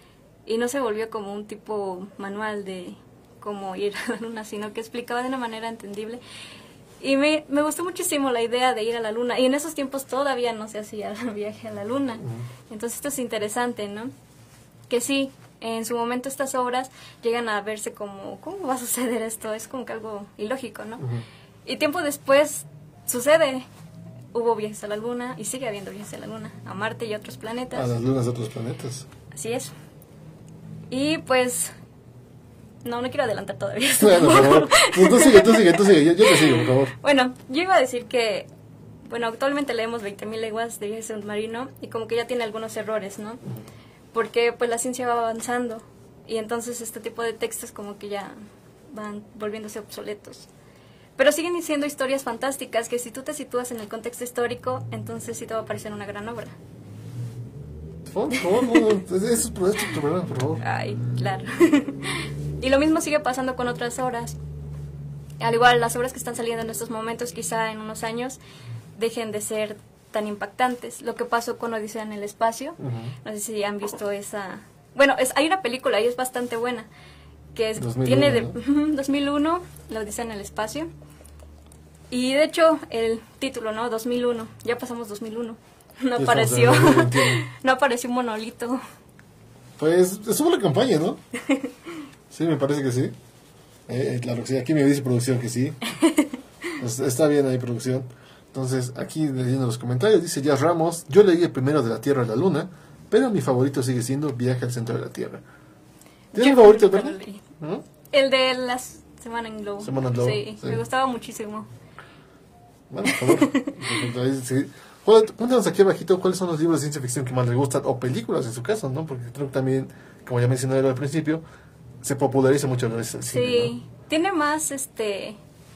A: y no se volvió como un tipo manual de cómo ir a la Luna, sino que explicaba de una manera entendible. Y me, me gustó muchísimo la idea de ir a la luna. Y en esos tiempos todavía no se hacía el viaje a la luna. Uh-huh. Entonces esto es interesante, ¿no? Que sí, en su momento estas obras llegan a verse como, ¿cómo va a suceder esto? Es como que algo ilógico, ¿no? Uh-huh. Y tiempo después sucede. Hubo viajes a la luna y sigue habiendo viajes a la luna, a Marte y a otros planetas.
B: A las lunas de otros planetas.
A: Así es. Y pues... No, no quiero adelantar todavía.
B: Bueno, por favor. Tú, tú sigue, tú sigue, tú sigue. Yo, yo te sigo, por favor.
A: Bueno, yo iba a decir que, bueno, actualmente leemos veinte mil leguas de viaje submarino y como que ya tiene algunos errores, ¿no? Porque pues la ciencia va avanzando y entonces este tipo de textos como que ya van volviéndose obsoletos. Pero siguen siendo historias fantásticas que si tú te sitúas en el contexto histórico, entonces sí te va a parecer una gran obra.
B: Por favor, no, no, eso es tu problema, por favor.
A: Ay, claro. Y lo mismo sigue pasando con otras obras. Al igual, las obras que están saliendo en estos momentos, quizá en unos años, dejen de ser tan impactantes. Lo que pasó con Odisea en el espacio, uh-huh. No sé si han visto esa... Bueno, es, hay una película y es bastante buena, que es, dos mil uno, tiene de ¿no? dos mil uno, La Odisea en el espacio. Y de hecho, el título, ¿no? dos mil uno, ya pasamos dos mil uno. No apareció, no apareció un monolito.
B: Pues, estuvo la campaña, ¿no? Sí, me parece que sí. Eh, claro que sí, aquí me dice producción que sí. Pues, está bien ahí producción. Entonces, aquí leyendo los comentarios, dice Jazz Ramos, yo leí el primero de la Tierra a la Luna, pero mi favorito sigue siendo Viaje al Centro de la Tierra. ¿Tienes un favorito, verdad?
A: ¿No? El de la Semana en Globo.
B: Semana en Globo.
A: Sí, sí, me gustaba muchísimo.
B: Bueno, por favor. Sí. Cuéntanos aquí abajito cuáles son los libros de ciencia ficción que más les gustan, o películas en su caso, ¿no? Porque creo que también, como ya mencioné al principio, se populariza mucho gracias al cine,
A: sí,
B: ¿no?
A: Tiene más, este...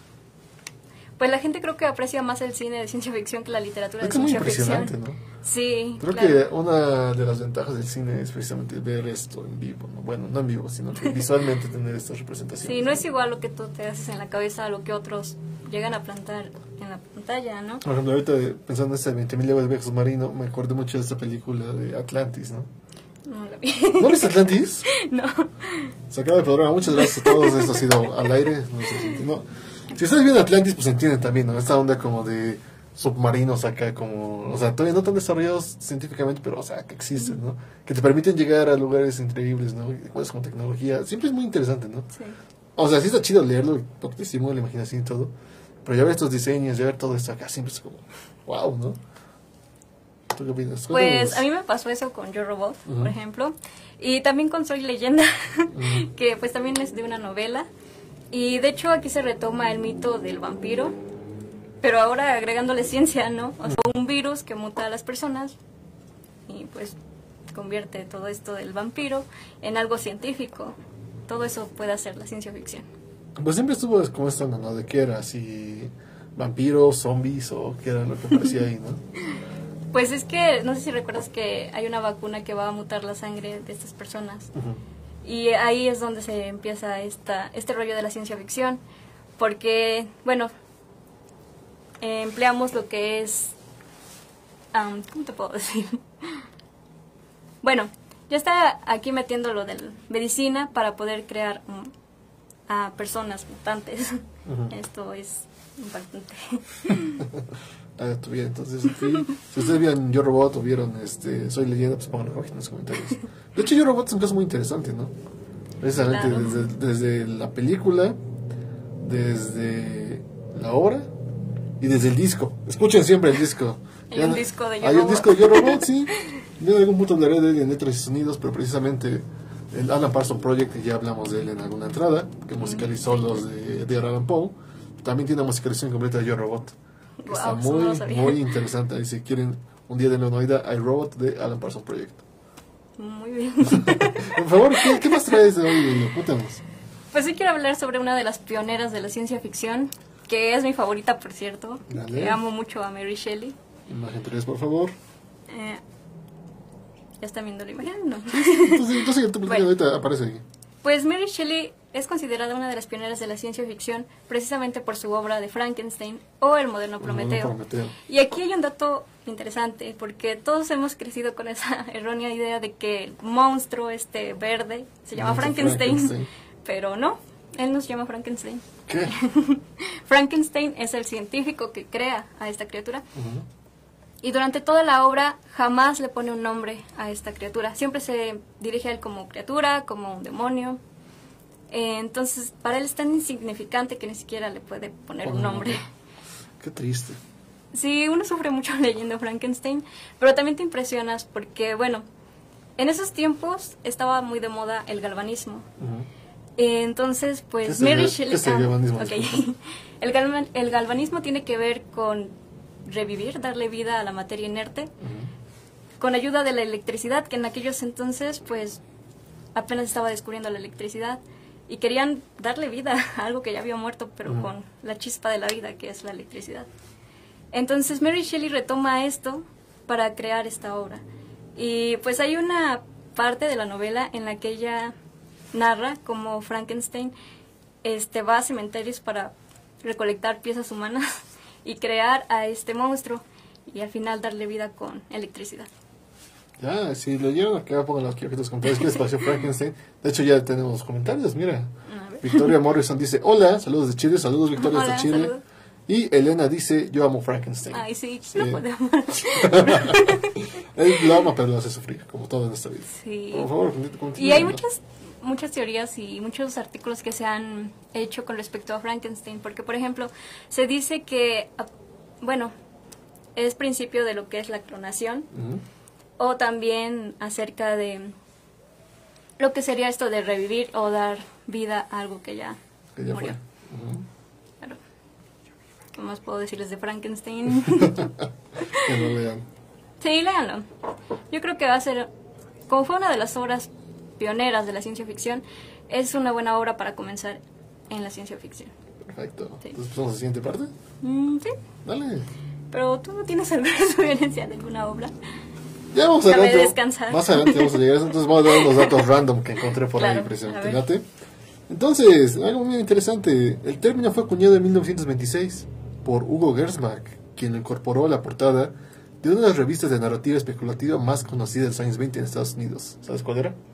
A: Pues la gente creo que aprecia más el cine de ciencia ficción que la literatura
B: es
A: de ciencia ficción.
B: Es muy impresionante, ¿no?
A: Sí,
B: creo
A: claro.
B: que una de las ventajas del cine es precisamente ver esto en vivo, ¿no? Bueno, no en vivo, sino que visualmente tener estas representaciones.
A: Sí, no es igual lo que tú te haces en la cabeza a lo que otros llegan a plantar en la pantalla, ¿no?
B: Por ejemplo, ahorita pensando en este veinte mil leguas de viaje submarino, me acuerdo mucho de esta película de Atlantis, ¿no?
A: No la vi.
B: ¿No viste Atlantis?
A: No.
B: Se acaba el programa, muchas gracias a todos, esto ha sido al aire, no sé si, no. Si ustedes viendo Atlantis, pues entienden también, ¿no? Esta onda como de submarinos acá, como, o sea, todavía no tan desarrollados científicamente, pero, o sea, que existen, ¿no? Que te permiten llegar a lugares increíbles, ¿no? Pues con tecnología, siempre es muy interesante, ¿no?
A: Sí.
B: O sea, sí está chido leerlo, porque te estimula la imaginación y todo, pero ya ver estos diseños, ya ver todo esto acá, siempre es como, wow, ¿no? ¿Tú qué opinas?
A: Pues a mí me pasó eso con Yo Robot, uh-huh. por ejemplo, y también con Soy Leyenda, uh-huh. que pues también es de una novela, y de hecho aquí se retoma el mito del vampiro, pero ahora agregándole ciencia, ¿no? O sea, un virus que muta a las personas y pues convierte todo esto del vampiro en algo científico. Todo eso puede hacer la ciencia ficción.
B: Pues siempre estuvo como esto, ¿no? De qué era, si vampiros, zombies o qué era lo que aparecía ahí, ¿no?
A: Pues es que, no sé si recuerdas que hay una vacuna que va a mutar la sangre de estas personas. Uh-huh. Y ahí es donde se empieza esta este rollo de la ciencia ficción. Porque, bueno, eh, empleamos lo que es... Um, ¿Cómo te puedo decir? Bueno, ya está aquí metiendo lo de la medicina para poder crear um, a personas mutantes. Uh-huh. Esto es importante.
B: Ah, bien, entonces, sí, si ustedes vieron Yo Robot o vieron este Soy Leyenda, pues pónganlo aquí en los comentarios. De hecho, Yo Robot es un caso muy interesante, ¿no? Precisamente claro. desde, desde la película, desde la obra y desde el disco. Escuchen siempre el disco.
A: Hay ya, un disco de Yo
B: Hay
A: Robot.
B: un disco de Yo Robot, sí. Yo en algún punto hablaré de él en letras y sonidos, pero precisamente el Alan Parsons Project, que ya hablamos de él en alguna entrada, que musicalizó mm, los de Edgar Allan Poe, también tiene una musicalización completa de Yo Robot.
A: Wow,
B: está muy,
A: no
B: muy interesante. Y si quieren un día de la oída, I, Robot de Alan Parsons Project.
A: Muy bien.
B: Por favor, ¿qué, ¿qué más traes de hoy? Cuéntanos.
A: Pues sí quiero hablar sobre una de las pioneras de la ciencia ficción, que es mi favorita, por cierto. Que amo mucho a Mary Shelley.
B: Imagen tres, por favor.
A: Eh, ¿Ya están viendo la imagen? No.
B: Entonces, entonces tu bueno, ahorita aparece ahí.
A: Pues Mary Shelley es considerada una de las pioneras de la ciencia ficción precisamente por su obra de Frankenstein o El moderno Prometeo.
B: El Prometeo.
A: Y aquí hay un dato interesante, porque todos hemos crecido con esa errónea idea de que el monstruo este verde se llama Frankenstein, Frankenstein, pero no, él nos llama Frankenstein.
B: ¿Qué?
A: Frankenstein es el científico que crea a esta criatura.
B: Ujú.
A: Y durante toda la obra jamás le pone un nombre a esta criatura. Siempre se dirige a él como criatura, como un demonio. Eh, entonces, para él es tan insignificante que ni siquiera le puede poner
B: Oh,
A: un nombre.
B: Qué triste.
A: Sí, uno sufre mucho leyendo Frankenstein, pero también te impresionas porque, bueno, en esos tiempos estaba muy de moda el galvanismo.
B: Ujú.
A: Eh, entonces, pues,
B: ¿Qué es el
A: Mary
B: gal-
A: Shelley...
B: qué es el
A: ah,
B: galvanismo?
A: ok.
B: Disculpa.
A: el, galvan- el galvanismo tiene que ver con revivir, darle vida a la materia inerte,
B: Ujú.
A: con ayuda de la electricidad, que en aquellos entonces, pues, apenas estaba descubriendo la electricidad, y querían darle vida a algo que ya había muerto, pero
B: Ujú.
A: con la chispa de la vida, que es la electricidad. Entonces Mary Shelley retoma esto para crear esta obra. Y pues hay una parte de la novela en la que ella narra cómo Frankenstein este, va a cementerios para recolectar piezas humanas y crear a este monstruo y al final darle vida con electricidad.
B: Ya, si lo llevan acá, pónganlo aquí en los comentarios. ¿Qué les pareció Frankenstein? De hecho, ya tenemos comentarios, mira.
A: A ver.
B: Victoria Morrison dice, hola, saludos de Chile, saludos Victoria
A: Hola,
B: desde Chile.
A: saludos.
B: Y Elena dice, yo amo Frankenstein.
A: Ay, sí,
B: Sí.
A: no podemos.
B: Él lo ama, pero lo hace sufrir, como todo en esta vida.
A: Sí.
B: Por favor, continúa.
A: Y hay muchas muchas teorías y muchos artículos que se han hecho con respecto a Frankenstein, porque por ejemplo, se dice que, ah, bueno, es principio de lo que es la clonación,
B: Ujú.
A: o también acerca de lo que sería esto de revivir o dar vida a algo que ya,
B: Que ya
A: murió.
B: fue. Ujú.
A: Claro. ¿Qué más puedo decirles de Frankenstein?
B: Que lo lean.
A: Sí, léanlo. Yo creo que va a ser, como fue una de las obras pioneras de la ciencia ficción, es una buena obra para comenzar en la ciencia ficción.
B: Perfecto.
A: Sí.
B: Entonces pasamos a la siguiente parte.
A: Mm, sí,
B: Dale.
A: pero tú no tienes alguna sugerencia de alguna obra.
B: Ya vamos
A: Déjame
B: adelante.
A: descansar.
B: Más adelante vamos a llegar a eso. Entonces vamos a dar unos datos random que encontré por
A: Claro,
B: ahí precisamente.
A: a ver.
B: Fíjate. Entonces, algo muy interesante. El término fue acuñado en mil novecientos veintiséis por Hugo Gernsback, quien lo incorporó a la portada de una de las revistas de narrativa especulativa más conocidas de los años veinte en Estados Unidos. ¿Sabes cuál era?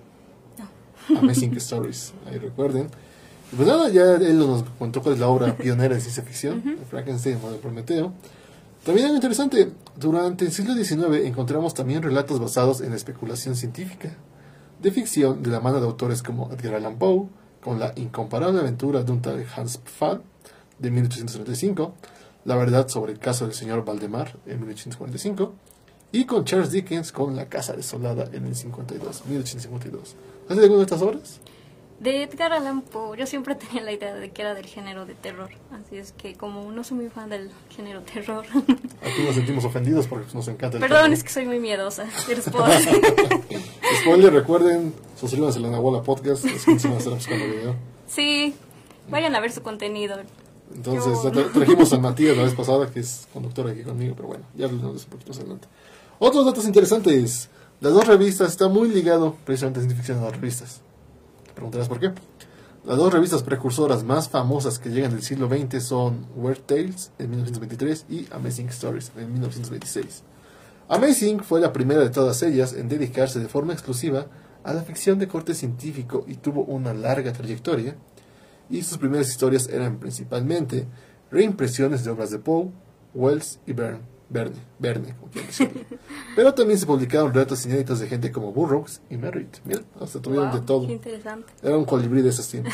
A: No.
B: Amazing Stories. Ahí recuerden. Y pues nada, ya él nos contó cuál es la obra pionera de ciencia ficción, de Frankenstein o de Prometeo. También algo interesante, durante el siglo diecinueve encontramos también relatos basados en la especulación científica, de ficción de la mano de autores como Edgar Allan Poe, con la incomparable aventura de un tal Hans Pfaff de mil ochocientos treinta y cinco, La verdad sobre el caso del señor Valdemar en mil ochocientos cuarenta y cinco, y con Charles Dickens con La casa desolada en el cincuenta y dos, mil ochocientos cincuenta y dos. ¿Has leído alguna de estas obras?
A: De Edgar Allan Poe, yo siempre tenía la idea de que era del género de terror, así es que como no soy muy fan del género terror,
B: Aquí nos sentimos ofendidos porque nos encanta el
A: perdón,
B: terror.
A: es que soy muy miedosa, ¿qué les puedo decir?
B: Spoiler, recuerden, suscríbanse a la Nahuala Podcast, es que se van a estar buscando el video.
A: Sí, vayan a ver su contenido.
B: Entonces,
A: Yo-
B: tra- trajimos a Matías la vez pasada, que es conductor aquí conmigo, pero bueno, ya hablaremos de eso un poquito más adelante. Otros datos interesantes. Las dos revistas, está muy ligado precisamente a ciencia ficción a las revistas. Te preguntarás por qué. Las dos revistas precursoras más famosas que llegan del siglo veinte son Weird Tales en mil novecientos veintitrés y Amazing Stories en mil novecientos veintiséis. Amazing fue la primera de todas ellas en dedicarse de forma exclusiva a la ficción de corte científico y tuvo una larga trayectoria, y sus primeras historias eran principalmente reimpresiones de obras de Poe, Wells y Verne, Verne, Verne como quieran decirlo. Pero también se publicaron relatos inéditos de gente como Burroughs y Merritt. Mira, hasta tuvieron
A: Wow,
B: de todo.
A: qué interesante.
B: Era un colibrí de esos tiempos.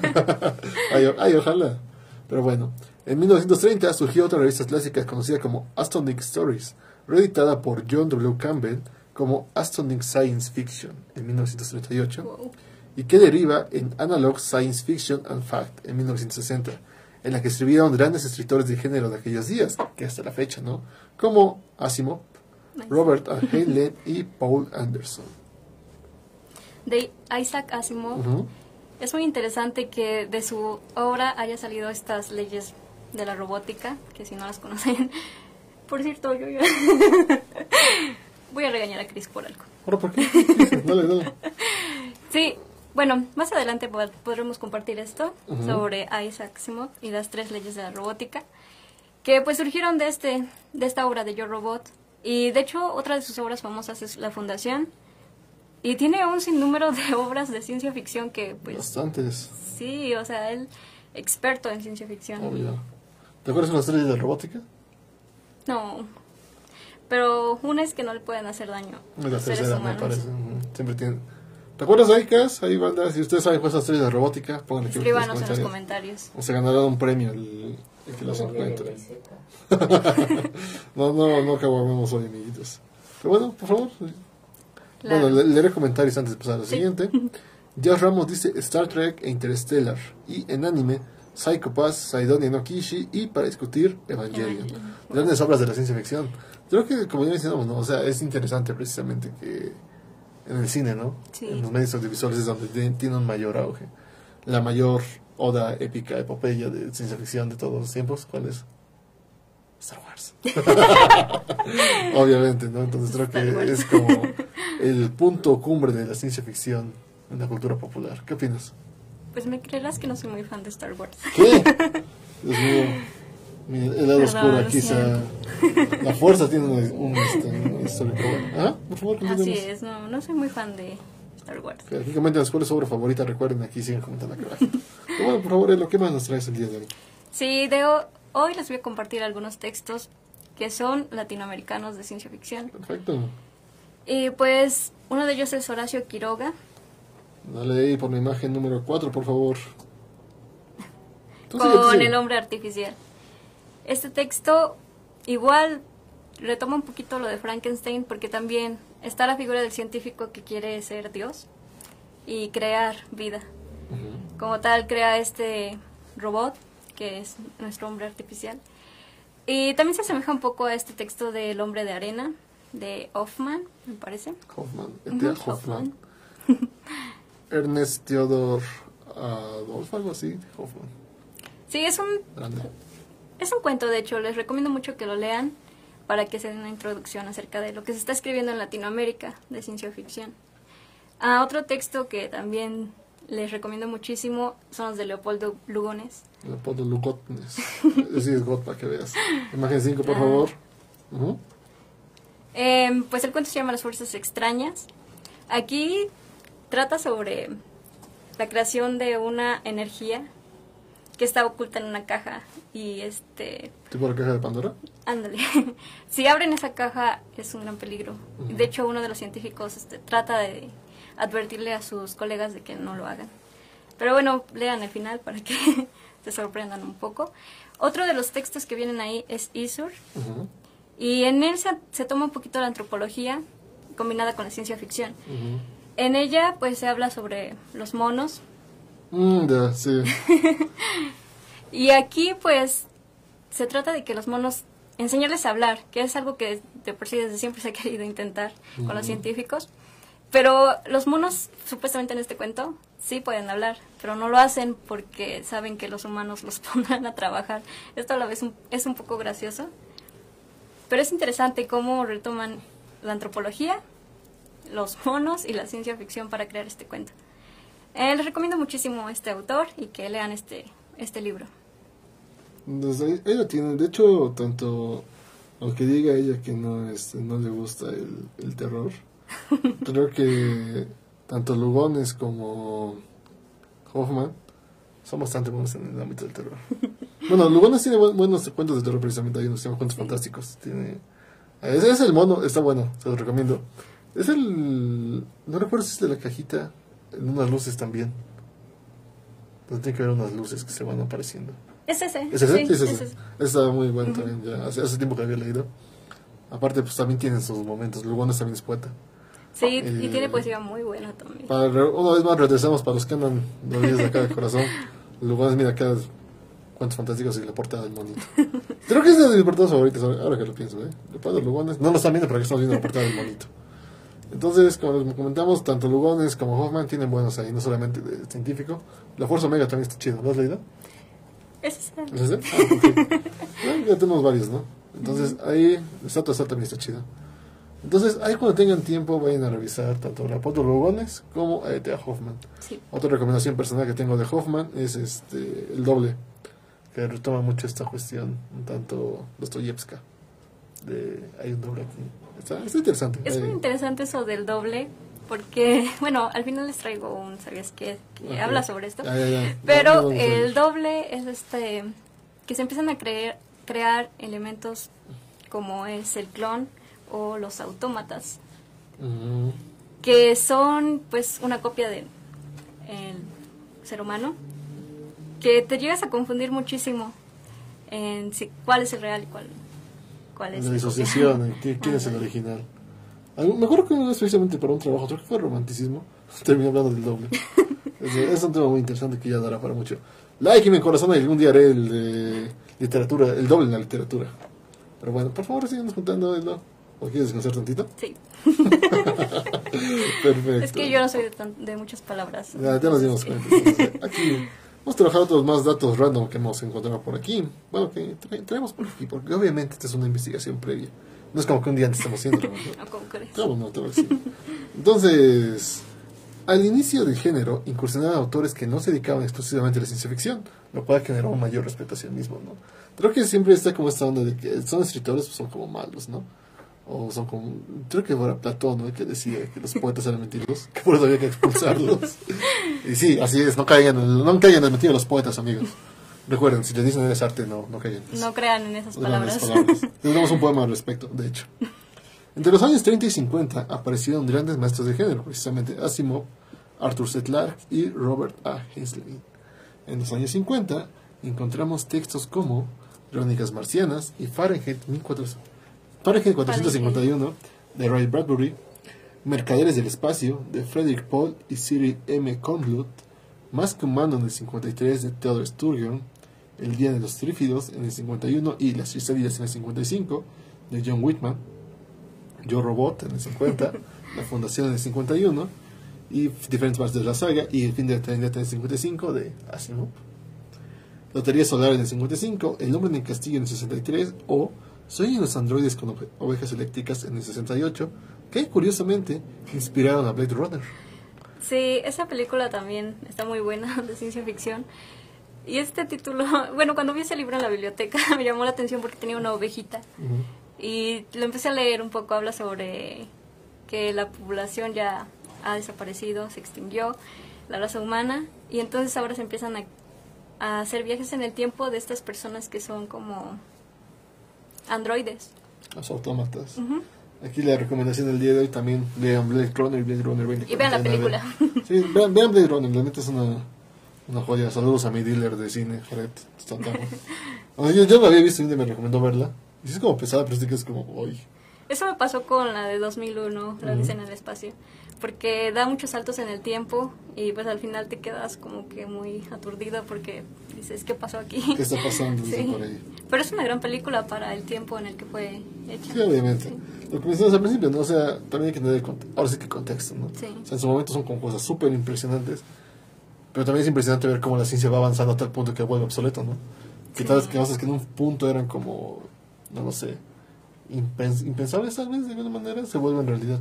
B: ay, o- ay, ojalá. Pero bueno, en mil novecientos treinta surgió otra revista clásica conocida como Astounding Stories, reeditada por John W. Campbell como Astounding Science Fiction en mil novecientos treinta y ocho,
A: Wow.
B: y que deriva en Analog Science Fiction and Fact en mil novecientos sesenta, en la que escribieron grandes escritores de género de aquellos días, que hasta la fecha, ¿no? Como Asimov,
A: Nice.
B: Robert A. Heinlein y Paul Anderson.
A: De Isaac Asimov.
B: Ujú.
A: Es muy interesante que de su obra haya salido estas leyes de la robótica, que si no las conocen, por cierto, yo, yo voy a regañar a Chris por algo.
B: ¿Ahora por qué? Dale, dale.
A: Sí, bueno, más adelante pod- podremos compartir esto
B: Ujú.
A: sobre Isaac Asimov y las tres leyes de la robótica, que pues surgieron de este de esta obra de Yo Robot. Y de hecho, otra de sus obras famosas es La Fundación. Y tiene un sinnúmero de obras de ciencia ficción que, pues,
B: Bastantes.
A: sí, o sea, él experto en ciencia ficción.
B: Obvio. ¿Te acuerdas de las estrellas de robótica?
A: No, pero una es que no le pueden hacer daño a
B: La
A: los seres
B: tercera, me
A: humanos.
B: parece. Ujú. Siempre tienen. ¿Te acuerdas ahí, Cas? Ahí, banda, si ustedes saben cuáles son las estrellas de robótica, pónganle aquí en los
A: Escríbanos en los
B: comentarios.
A: comentarios.
B: O se ganarán un premio el, el que los
C: Una nieve
B: encuentre.
C: muy seca.
B: no, no, no acabamos hoy, amiguitos. Pero bueno, por favor.
A: La-
B: Bueno, le- leeré comentarios antes de pasar a la
A: Sí.
B: siguiente. Josh Ramos dice Star Trek e Interstellar. Y en anime, Psycho Pass, Saidonia no Kishi. Y para discutir, Evangelion.
A: Evangelion.
B: Grandes obras de la ciencia ficción. Creo que, como ya mencionamos, ¿no? O sea, es interesante precisamente que en el cine, ¿no?
A: Sí.
B: En los medios audiovisuales es donde tiene, tiene un mayor auge. La mayor oda épica, epopeya de ciencia ficción de todos los tiempos, ¿cuál es? Star Wars. Obviamente, ¿no? Entonces creo
A: Star
B: que
A: Wars.
B: es como el punto cumbre de la ciencia ficción en la cultura popular. ¿Qué opinas?
A: Pues me creerás que no soy muy fan de Star Wars.
B: ¿Qué? Dios mío. Mi- el lado
A: Perdón,
B: oscuro
A: lo
B: aquí se... La fuerza tiene un, un, este, un histórico. Ah, por favor,
A: Así
B: continuemos.
A: es, no, no soy muy fan de Star Wars.
B: Que aquí comenten cuál es su obra favorita, recuerden, aquí siguen comentando aquí abajo. Pero bueno, por favor, Elo, ¿qué más nos traes el día de hoy?
A: Sí, de ho- hoy les voy a compartir algunos textos que son latinoamericanos de ciencia ficción.
B: Perfecto.
A: Y pues uno de ellos es Horacio Quiroga.
B: Dale ahí por la imagen número cuatro, por favor. Tú sigue, tú
A: Con
B: sigue.
A: el hombre artificial. Este texto igual retoma un poquito lo de Frankenstein porque también está la figura del científico que quiere ser Dios y crear vida.
B: Ujú.
A: Como tal, crea este robot que es nuestro hombre artificial. Y también se asemeja un poco a este texto del hombre de arena de Hoffman, me parece.
B: Hoffman,
A: Ujú,
B: Etia Hoffman. Ernest Theodor Adolf, algo así, Hoffman.
A: Sí, es un
B: Grande.
A: Es un cuento, de hecho, les recomiendo mucho que lo lean para que se den una introducción acerca de lo que se está escribiendo en Latinoamérica de ciencia ficción. Ah, otro texto que también les recomiendo muchísimo son los de Leopoldo Lugones.
B: Leopoldo Lugotnes. Sí, es God para que veas. Imagen cinco, por
A: Ah.
B: favor. Ujú.
A: Eh, pues el cuento se llama Las Fuerzas Extrañas. Aquí trata sobre la creación de una energía que está oculta en una caja y este
B: ¿Tipo la caja de Pandora?
A: ándale, si abren esa caja es un gran peligro.
B: Ujú.
A: De hecho, uno de los científicos este, trata de advertirle a sus colegas de que no lo hagan. Pero bueno, lean el final para que se sorprendan un poco. Otro de los textos que vienen ahí es Isur,
B: Ujú.
A: y en él se, se toma un poquito la antropología combinada con la ciencia ficción.
B: Ujú.
A: En ella pues se habla sobre los monos,
B: Mm, ya, sí.
A: y aquí pues se trata de que los monos, enseñarles a hablar, que es algo que de por sí desde siempre se ha querido intentar con los
B: Ujú.
A: científicos. Pero los monos, supuestamente en este cuento, sí pueden hablar, pero no lo hacen porque saben que los humanos los pondrán a trabajar. Esto a la vez un- es un poco gracioso, pero es interesante cómo retoman la antropología, los monos y la ciencia ficción para crear este cuento. Eh, les recomiendo muchísimo este autor y que lean este, este libro.
B: Desde ahí, ella tiene, de hecho, tanto, aunque diga ella que no, este, no le gusta el, el terror, creo que tanto Lugones como Hoffman son bastante buenos en el ámbito del terror. Bueno, Lugones tiene buen- buenos cuentos de terror, precisamente, hay unos que se llaman cuentos fantásticos. Tiene, ese es el mono, está bueno, se lo recomiendo. Es el, no recuerdo si es de la cajita, en unas luces también. Entonces tiene que haber unas luces que se van apareciendo.
A: ¿Es ese?
B: ¿Es ese?
A: Sí,
B: Sí, es ese.
A: es ese.
B: Está muy bueno también, ya hace, hace tiempo que había leído. Aparte, pues también tiene sus momentos. Lugones también es poeta.
A: Sí,
B: Eh,
A: y tiene poesía muy buena también.
B: Para, re- una vez más regresamos para los que andan dolidos de acá de corazón. Lugones, mira acá cuentos fantásticos y la portada del monito. Creo que es de mis portadas favoritas, ahora ahora que lo pienso, ¿eh? Leopoldo Lugones. No lo están viendo, pero aquí estamos viendo la portada del monito. Entonces, como les comentamos, tanto Lugones como Hoffman tienen buenos ahí, no solamente de científico. La Fuerza Omega también está chido, ¿lo has leído?
A: ¿Es ese?
B: ¿Es ese? Ah, ok. Bueno, ya tenemos varios, ¿no? Entonces, ahí, Estatua Estatua también está chido. Entonces, ahí cuando tengan tiempo, vayan a revisar tanto Leopoldo Lugones como a E T A Hoffman.
A: Sí.
B: Otra recomendación personal que tengo de Hoffman es este El Doble, que retoma mucho esta cuestión, un tanto Dostoyevska. De, hay un doble aquí. Está, está interesante.
A: Es muy
B: Ahí-
A: interesante eso del doble, porque, bueno, al final les traigo un, ¿sabías qué? Que
B: Ok.
A: habla sobre esto.
B: Ya, ya, ya.
A: Pero
B: No, no, no, no,
A: el doble es este, que se empiezan a creer, crear elementos como es el clon o los autómatas,
B: Mm.
A: que son pues una copia del ser humano, que te llegas a confundir muchísimo en si, cuál es el real y cuál, cuál es
B: La
A: el
B: disociación,
A: copia.
B: ¿quién, quién es el original? Algo- Me acuerdo que una vez precisamente para un trabajo, creo que fue romanticismo, terminé hablando del doble. es, es un tema muy interesante que ya dará para mucho. Like en mi corazón y algún día haré el de literatura, el doble en la literatura. Pero bueno, por favor, síganos contando, ¿no? ¿O quieres descansar tantito?
A: Sí.
B: Perfecto.
A: Es que yo no soy de, tan, de muchas palabras.
B: Ya, ya nos dimos cuenta. Entonces, aquí vamos a trabajar otros más datos random que hemos encontrado por aquí. Bueno, que tra- traemos por aquí, porque obviamente esta es una investigación previa. No es como que un día antes estamos haciendo. ¿no?
A: No, ¿cómo crees?
B: No, no, te voy a decir. Entonces, al inicio del género, incursionaban autores que no se dedicaban exclusivamente a la ciencia ficción, lo cual generó un mayor respeto hacia el mismo, ¿no? Creo que siempre está como esta onda de que son escritores, pues son como malos, ¿no? O son como, creo que era Platón, ¿no? Que decía que los poetas eran mentirosos, que por eso había que expulsarlos. Y sí, así es, no caigan en el, no caigan en el mentira de los poetas, amigos. Recuerden, si les dicen eres arte, no, no caigan.
A: No crean en esas
B: No crean en
A: palabras.
B: esas palabras. Tenemos un poema al respecto, de hecho. Entre los años treinta y cincuenta aparecieron grandes maestros de género, precisamente Asimov, Arthur C. Clarke y Robert A. Heinlein. En los años cincuenta encontramos textos como Crónicas Marcianas y Fahrenheit mil cuatrocientos Fahrenheit cuatrocientos cincuenta y uno de Ray Bradbury, Mercaderes del Espacio de Frederick Pohl y Cyril M. Kornbluth, Más que humano en el cincuenta y tres de Theodore Sturgeon, El Día de los Trífidos en el cincuenta y uno y Las Cristálidas en el cincuenta y cinco de John Whitman, Yo Robot en el cincuenta, La Fundación en el cincuenta y uno y diferentes partes de la saga y El Fin de la Eternidad en el cincuenta y cinco de Asimov, Lotería Solar en el cincuenta y cinco, El Hombre en el Castillo en el sesenta y tres o Sueñan los androides con ove- ovejas eléctricas en el sesenta y ocho, que curiosamente inspiraron a Blade Runner.
A: Sí, esa película también está muy buena, de ciencia ficción. Y este título, bueno, cuando vi ese libro en la biblioteca me llamó la atención porque tenía una ovejita.
B: Ujú.
A: Y lo empecé a leer un poco, habla sobre que la población ya ha desaparecido, se extinguió, la raza humana, y entonces ahora se empiezan a, a hacer viajes en el tiempo de estas personas que son como androides.
B: Los autómatas.
A: Ujú.
B: Aquí la recomendación del día de hoy también vean Blade Runner y Blade Runner veinte
A: Y vean la
B: cuarenta y nueve.
A: película.
B: Sí, vean, vean Blade Runner, la neta es una, una joya. Saludos a mi dealer de cine, Jared Santana. Bueno, yo, yo la había visto y me recomendó verla. Y sí es como pesada, pero sí que es como, uy.
A: Eso me pasó con la de dos mil uno, la Odisea en el espacio, porque da muchos saltos en el tiempo y pues al final te quedas como que muy aturdido porque dices, ¿qué pasó aquí?
B: ¿Qué está pasando? Dicen
A: Sí.
B: por ahí.
A: Pero es una gran película para el tiempo en el que fue hecha.
B: Sí, obviamente.
A: Sí.
B: Lo que mencionas al principio, ¿no? O sea, también hay que tener el conte- ahora sí que contexto, ¿no?
A: Sí.
B: O sea, en su momento son como cosas súper impresionantes, pero también es impresionante ver cómo la ciencia va avanzando a tal punto que vuelve obsoleto, ¿no? Que
A: Sí.
B: tal vez que cosas que en un punto eran como, no lo sé, impens- impensables tal vez de alguna manera, se vuelven realidad.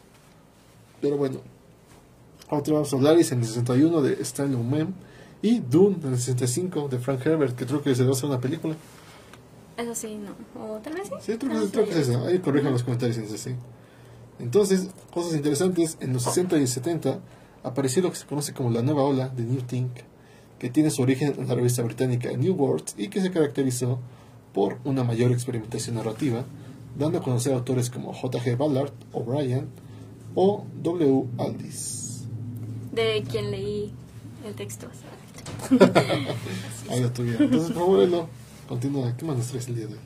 B: Pero bueno, ahora tenemos Solaris en el sesenta y uno de Stanley Mem y Dune en el sesenta y cinco de Frank Herbert, que creo que se va a hacer una película.
A: Eso sí, no. O tal vez sí.
B: Sí, creo
A: Ah,
B: que, creo que es eso. Ahí corrijan los comentarios si es así. Entonces, cosas interesantes, en los sesenta y setenta apareció lo que se conoce como la nueva ola de New Think, que tiene su origen en la revista británica New Worlds y que se caracterizó por una mayor experimentación narrativa, dando a conocer autores como J G Ballard, O'Brien o W. Aldis.
A: De quien leí el texto. hace ratito.
B: Ahí la tuya. Entonces, por favor, Elo, continúa. ¿Qué más nos traes el día de hoy?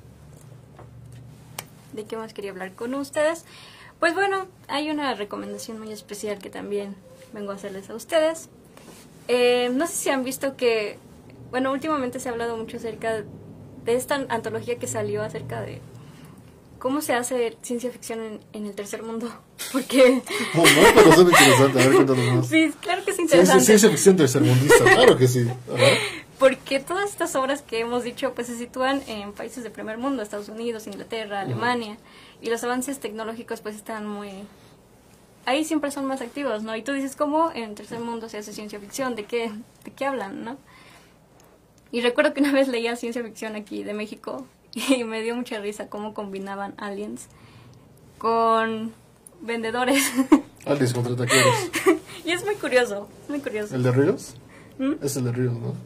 A: ¿De qué más quería hablar con ustedes? Pues bueno, hay una recomendación muy especial que también vengo a hacerles a ustedes. Eh, no sé si han visto que, bueno, últimamente se ha hablado mucho acerca de esta antología que salió acerca de cómo se hace ciencia ficción en, en el tercer mundo. Porque,
B: No, no, pero son interesantes. A ver, cuéntanos más.
A: sí, claro que es
B: Ciencia,
A: interesante.
B: ciencia ficción tercermundista, claro que sí. Ajá.
A: Porque todas estas obras que hemos dicho pues se sitúan en países de primer mundo, Estados Unidos, Inglaterra, Alemania, y los avances tecnológicos pues están muy... Ahí siempre son más activos, ¿no? Y tú dices, ¿cómo en el tercer mundo se hace ciencia ficción? ¿De qué, de qué hablan, no? Y recuerdo que una vez leía ciencia ficción aquí de México y me dio mucha risa cómo combinaban aliens con vendedores.
B: Aliens contra taqueros.
A: Y es muy curioso, es muy curioso.
B: ¿El de Ríos?
A: ¿Mm?
B: Es el de Ríos, ¿no?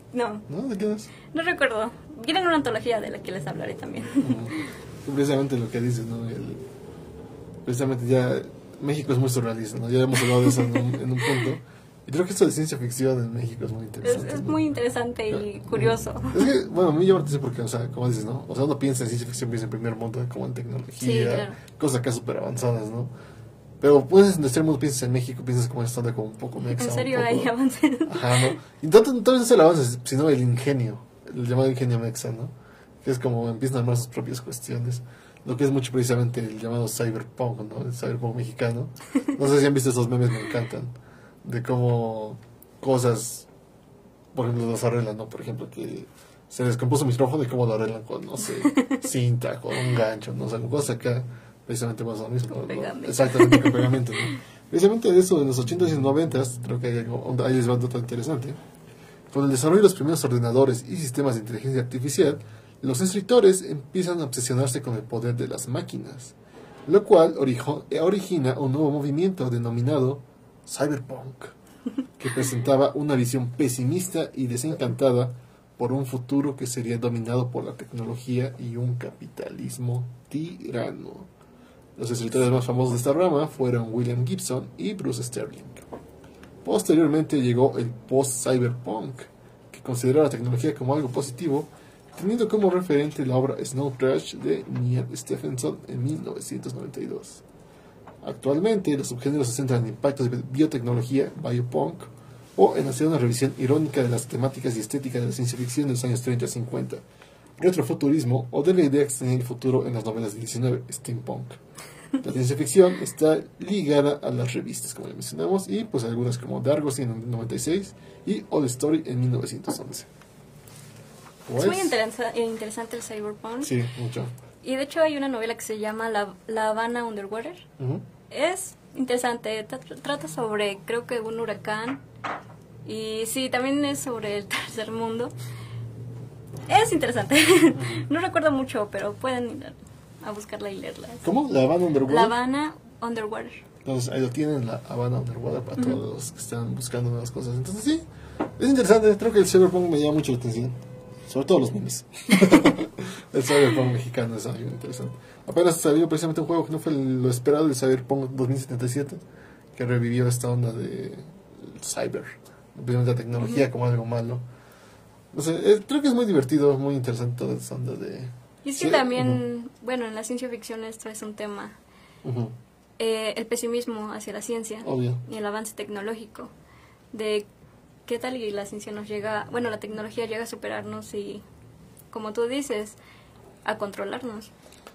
A: No.
B: ¿No? ¿De quién es?
A: No recuerdo. Viene en una antología de la que les hablaré también.
B: Uh-huh. Precisamente lo que dices, ¿no? El, precisamente ya México es muy surrealista, ¿no? Ya hemos hablado de eso en un, en un punto. Y creo que esto de ciencia ficción en México es muy interesante.
A: Es, es
B: ¿no?
A: muy interesante y curioso.
B: Es que, bueno, a mí yo me atención porque, o sea, como dices, ¿no? O sea, uno piensa en ciencia ficción, piensa en primer mundo, como en tecnología,
A: sí, claro.
B: cosas acá súper avanzadas, ¿no? Pero puedes en este mundo, piensas en México, piensas como esta onda como un poco mexa.
A: ¿En serio
B: poco,
A: hay avances?
B: Ajá, ¿no? Y tanto, no es el avance, sino el ingenio, el llamado ingenio mexa, ¿no? Que es como empiezan a armar sus propias cuestiones. Lo que es mucho precisamente el llamado cyberpunk, ¿no? El cyberpunk mexicano. No sé si han visto esos memes, me encantan. De cómo cosas, por ejemplo, los arreglan, ¿no? Por ejemplo, que se descompuso el micrófono y cómo lo arreglan con, no sé, cinta, con un gancho, ¿no? O sea, con cosas acá, precisamente más lo mismo. ¿No? Exactamente, con pegamento, ¿no? Precisamente de eso, en los ochentas y noventas, creo que hay algo, ahí les va un dato interesante. Con el desarrollo de los primeros ordenadores y sistemas de inteligencia artificial, los escritores empiezan a obsesionarse con el poder de las máquinas, lo cual orijo, origina un nuevo movimiento denominado cyberpunk, que presentaba una visión pesimista y desencantada por un futuro que sería dominado por la tecnología y un capitalismo tirano. Los escritores más famosos de esta rama fueron William Gibson y Bruce Sterling. Posteriormente llegó el post-cyberpunk, que consideraba la tecnología como algo positivo, teniendo como referente la obra Snow Crash de Neal Stephenson en mil novecientos noventa y dos. Actualmente, los subgéneros se centran en impactos de biotecnología, biopunk, o en hacer una revisión irónica de las temáticas y estética de la ciencia ficción de los años treinta a cincuenta, retrofuturismo o de la idea de extender el futuro en las novelas del diecinueve, steampunk. La ciencia ficción está ligada a las revistas, como ya mencionamos, y pues algunas como Dargo en el noventa y seis y All Story en mil novecientos once.
A: Es muy interesa interesante el cyberpunk.
B: Sí, mucho.
A: Y de hecho hay una novela que se llama La, La Habana Underwater. Uh-huh. Es interesante, trata sobre, creo que un huracán. Y sí, también es sobre el tercer mundo. Es interesante. Uh-huh. No recuerdo mucho, pero pueden ir a buscarla y leerla.
B: ¿Cómo? ¿La Habana Underwater?
A: La Habana Underwater.
B: Entonces ahí lo tienen, la Habana Underwater, para uh-huh. todos los que están buscando nuevas cosas. Entonces sí, es interesante. Creo que el cyberpunk me llama mucho la atención. Sobre todo los memes. El cyberpunk mexicano es algo interesante. Apenas salió precisamente un juego que no fue lo esperado, el Cyberpunk dos mil setenta y siete, que revivió esta onda de cyber, precisamente la tecnología uh-huh. como algo malo. No sé, eh, creo que es muy divertido, muy interesante toda esta onda de...
A: Y es que sí, también, uh-huh. bueno, en la ciencia ficción esto es un tema. Uh-huh. Eh, el pesimismo hacia la ciencia.
B: Obvio.
A: Y el avance tecnológico. De qué tal y la ciencia nos llega, bueno, la tecnología llega a superarnos y, como tú dices, a controlarnos.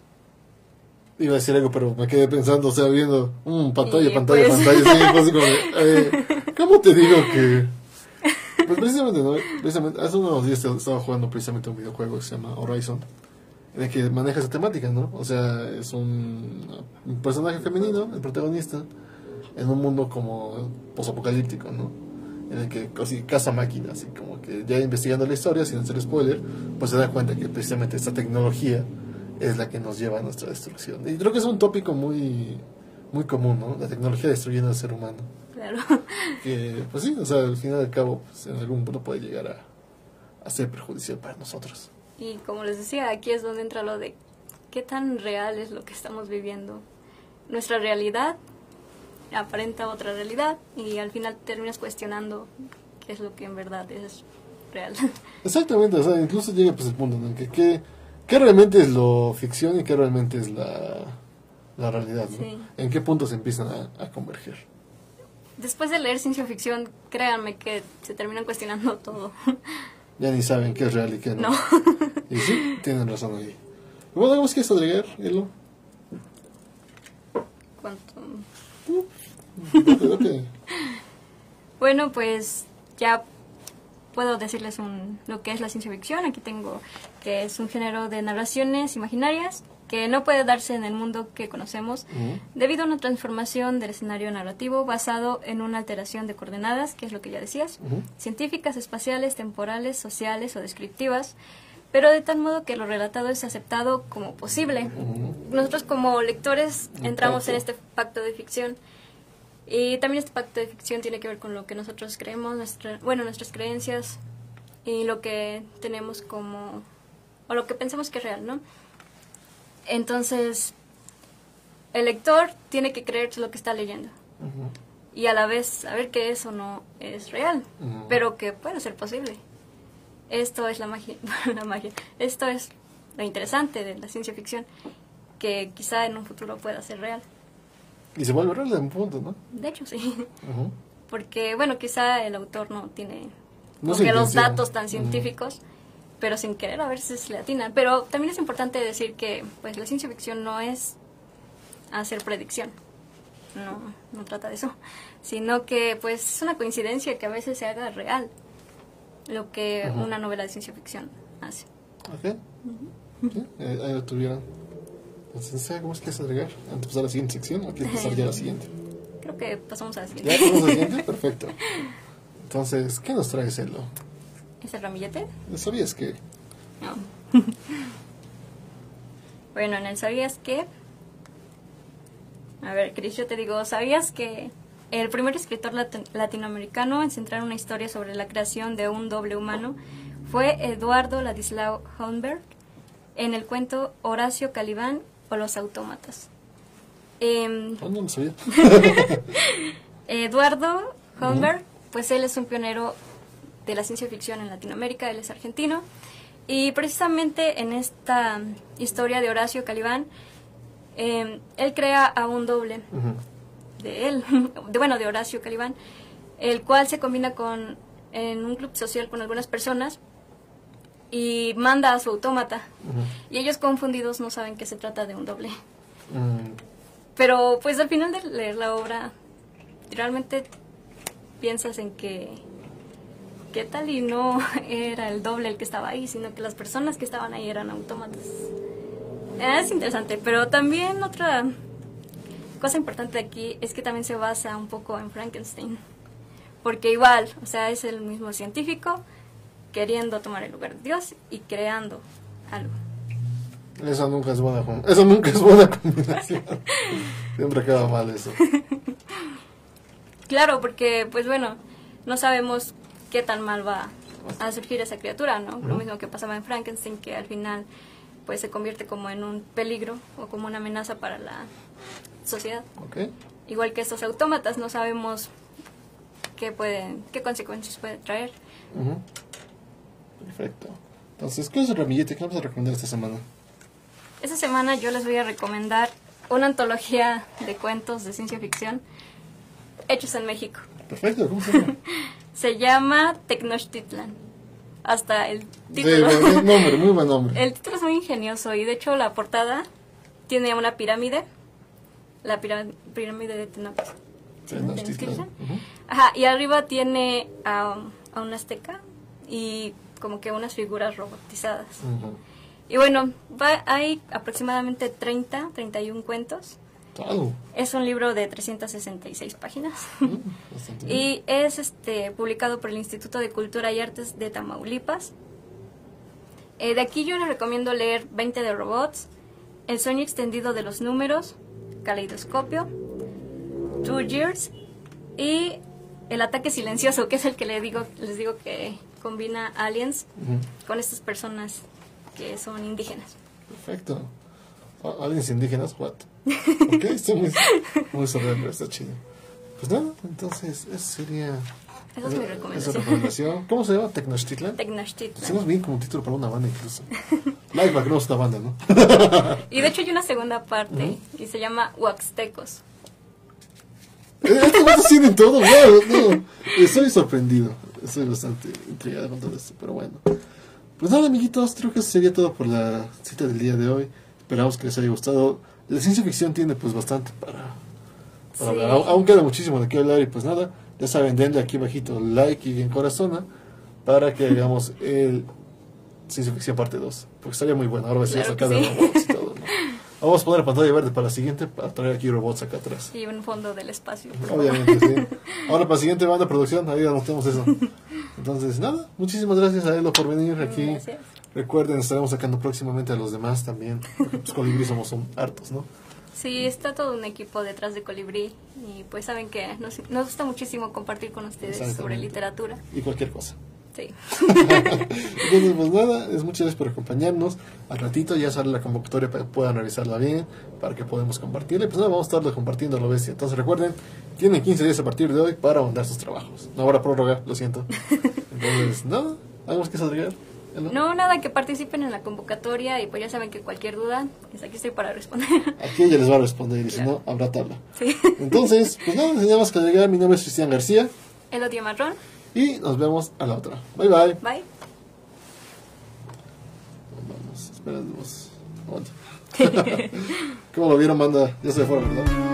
B: Iba a decir algo, pero me quedé pensando, o sea, viendo um, pantalla, y pantalla,
A: pues...
B: pantalla, sí, pues, como, eh, ¿cómo te digo que...? Pues precisamente, ¿no? Precisamente, hace unos días estaba jugando precisamente un videojuego que se llama Horizon, en el que maneja esa temática, ¿no? O sea, es un, un personaje femenino, el protagonista, en un mundo como posapocalíptico, ¿no? En el que así, caza máquinas, y como que ya investigando la historia, sin hacer spoiler, pues se da cuenta que precisamente esta tecnología es la que nos lleva a nuestra destrucción. Y creo que es un tópico muy muy común, ¿no? La tecnología destruyendo al ser humano.
A: Claro.
B: Que, pues sí, o sea, al final y al cabo, pues, en algún punto puede llegar a, a ser perjudicial para nosotros.
A: Y como les decía, aquí es donde entra lo de qué tan real es lo que estamos viviendo. Nuestra realidad aparenta otra realidad y al final terminas cuestionando qué es lo que en verdad es real.
B: Exactamente, o sea, incluso llega pues el punto en que qué, qué realmente es lo ficción y qué realmente es la, la realidad, ¿no? Sí. En qué puntos se empiezan a, a converger.
A: Después de leer ciencia ficción, créanme que se terminan cuestionando todo.
B: Ya ni saben qué es real y qué no.
A: No.
B: Y sí, tienen razón ahí. Bueno, ¿algo más quieres agregar, Elo?
A: ¿Cuánto?
B: Okay, okay.
A: Bueno, pues ya puedo decirles un, lo que es la ciencia ficción. Aquí tengo que es un género de narraciones imaginarias que no puede darse en el mundo que conocemos uh-huh. debido a una transformación del escenario narrativo basado en una alteración de coordenadas, que es lo que ya decías, uh-huh. científicas, espaciales, temporales, sociales o descriptivas, pero de tal modo que lo relatado es aceptado como posible. Uh-huh. Nosotros como lectores entramos en este pacto de ficción. Y también este pacto de ficción tiene que ver con lo que nosotros creemos, nuestra, bueno, nuestras creencias y lo que tenemos como, o lo que pensamos que es real, ¿no? Entonces, el lector tiene que creerse lo que está leyendo.
B: Ujú.
A: Y a la vez saber que eso no es real,
B: Ujú.
A: pero que puede ser posible. Esto es la magia, la magia. Esto es lo interesante de la ciencia ficción, que quizá en un futuro pueda ser real.
B: Y se vuelve real en un punto, ¿no?
A: De hecho, sí.
B: Ujú.
A: Porque, bueno, quizá el autor no tiene
B: No
A: como
B: se
A: que los
B: intenciona.
A: datos tan
B: Ujú.
A: científicos, pero sin querer a veces le atinan. Pero también es importante decir que pues la ciencia ficción no es hacer predicción. No, no trata de eso. Sino que pues es una coincidencia que a veces se haga real lo que
B: Ujú.
A: una novela de ciencia ficción hace.
B: Ok. Sí, eh, ahí lo tuvieron. Entonces, ¿cómo es que es agregar? ¿Antes de pasar a la siguiente sección o quieres pasar ya a la siguiente?
A: Creo que pasamos a la
B: ¿Ya
A: siguiente.
B: pasamos a la siguiente? Perfecto. Entonces, ¿qué nos trae Celo?
A: ¿Es el ramillete?
B: ¿Sabías que?
A: No. Bueno, en el ¿sabías que? A ver, Cris, yo te digo, ¿sabías que el primer escritor lat- latinoamericano en centrar una historia sobre la creación de un doble humano fue Eduardo Ladislao Holmberg en el cuento Horacio Calibán o los autómatas? Em,
B: Oh, no lo sabía.
A: Eduardo Holmberg, pues él es un pionero de la ciencia ficción en Latinoamérica, él es argentino, y precisamente en esta historia de Horacio Calibán, eh, él crea a un doble
B: Ujú.
A: de él, de, bueno, de Horacio Calibán, el cual se combina con en un club social con algunas personas y manda a su autómata,
B: Ujú.
A: y ellos confundidos no saben que se trata de un doble.
B: Mm,
A: Pero pues al final de leer la obra, realmente piensas en que qué tal y no era el doble el que estaba ahí, sino que las personas que estaban ahí eran autómatas. Es interesante, pero también otra cosa importante aquí es que también se basa un poco en Frankenstein. Porque igual, o sea, es el mismo científico queriendo tomar el lugar de Dios y creando algo.
B: Eso nunca es buena com- Eso nunca es buena combinación. Siempre acaba mal eso.
A: Claro, porque, pues bueno, no sabemos qué tan mal va a surgir esa criatura, ¿no? Lo mismo que pasaba en Frankenstein, que al final pues se convierte como en un peligro o como una amenaza para la sociedad.
B: Ok.
A: Igual que estos autómatas, no sabemos qué pueden, qué consecuencias puede traer.
B: Ujú. Perfecto. Entonces, ¿qué es el ramillete? ¿Qué vamos a recomendar esta semana?
A: Esta semana yo les voy a recomendar una antología de cuentos de ciencia ficción hechos en México.
B: Perfecto, ¿cómo se llama?
A: Se llama Tenochtitlan. Hasta el
B: Sí,
A: título.
B: buen nombre, muy buen nombre.
A: El título es muy ingenioso y de hecho la portada tiene una pirámide, la pira- pirámide de Tenochtitlan.
B: Tenochtitlan. Ujú.
A: Ajá, y arriba tiene a, a un azteca y como que unas figuras robotizadas.
B: Ujú.
A: Y bueno, va, hay aproximadamente treinta, treinta y uno cuentos.
B: Algo.
A: Es un libro de trescientas sesenta y seis páginas.
B: Mm, bastante bien.
A: Y es este publicado por el Instituto de Cultura y Artes de Tamaulipas. Eh, de aquí yo les recomiendo leer veinte de robots, El sueño extendido de los números, Caleidoscopio, Two Years y El ataque silencioso, que es el que les digo, les digo que combina aliens
B: Ujú.
A: con estas personas que son indígenas.
B: Perfecto. Ah, ¿Aliens indígenas? What? Ok, está muy, muy surreal, pero está chido. Pues nada, entonces, esa sería...
A: Esa es mi
B: esa
A: recomendación.
B: recomendación. ¿Cómo se llama? ¿Tenochtitlan?
A: Tenochtitlan.
B: Hacemos bien como título para una banda incluso. Like para que no sea una banda, ¿no?
A: Y de hecho hay una segunda parte y se llama Huaxtecos.
B: Estos vatos tienen todo, wow, no. Estoy sorprendido. Estoy bastante intrigado con todo esto, pero bueno. Pues nada, amiguitos, creo que eso sería todo por la cita del día de hoy. Esperamos que les haya gustado. La ciencia ficción tiene pues bastante para, para
A: Sí.
B: hablar. Aún, aún queda muchísimo de qué hablar y pues nada, ya saben, denle aquí bajito like y en corazón para que hagamos el ciencia ficción parte dos. Porque estaría muy bueno. Ahora va a ser
A: Claro que
B: sacar de
A: sí.
B: robots y todo, ¿no? Vamos a poner pantalla verde para la siguiente, para traer aquí robots acá atrás.
A: Y un fondo del espacio. por favor.
B: Obviamente, sí. Ahora para la siguiente banda de producción, ahí anotemos eso. Entonces, nada, muchísimas gracias a Elo por venir aquí.
A: Gracias.
B: Recuerden, estaremos sacando próximamente a los demás también. Porque pues colibrí somos son hartos, ¿no?
A: Sí, está todo un equipo detrás de Colibrí y pues saben que nos, nos gusta muchísimo compartir con ustedes sobre
B: Exactamente.
A: literatura.
B: Y cualquier cosa.
A: Sí.
B: Entonces, pues nada, es muchas gracias por acompañarnos. Al ratito ya sale la convocatoria para que puedan revisarla bien, para que podamos compartirla. Pues nada, vamos a estarlo compartiendo a lo bestia. Entonces recuerden, tienen quince días a partir de hoy para mandar sus trabajos. No habrá prórroga, lo siento. Entonces, nada, ¿algo más que agregar?
A: ¿No? no, nada, que participen en la convocatoria y pues ya saben que cualquier duda, pues aquí estoy para responder.
B: Aquí ella les va a responder y si
A: Claro.
B: no, habrá tabla.
A: Sí.
B: Entonces, pues nada, sin nada más que agregar, mi nombre es Cristian García.
A: Elodia Marrón.
B: Y nos vemos a la otra. Bye bye.
A: Bye.
B: Vamos, espera, vamos. Aguanta. ¿Cómo lo vieron, banda? Ya se fueron, ¿verdad?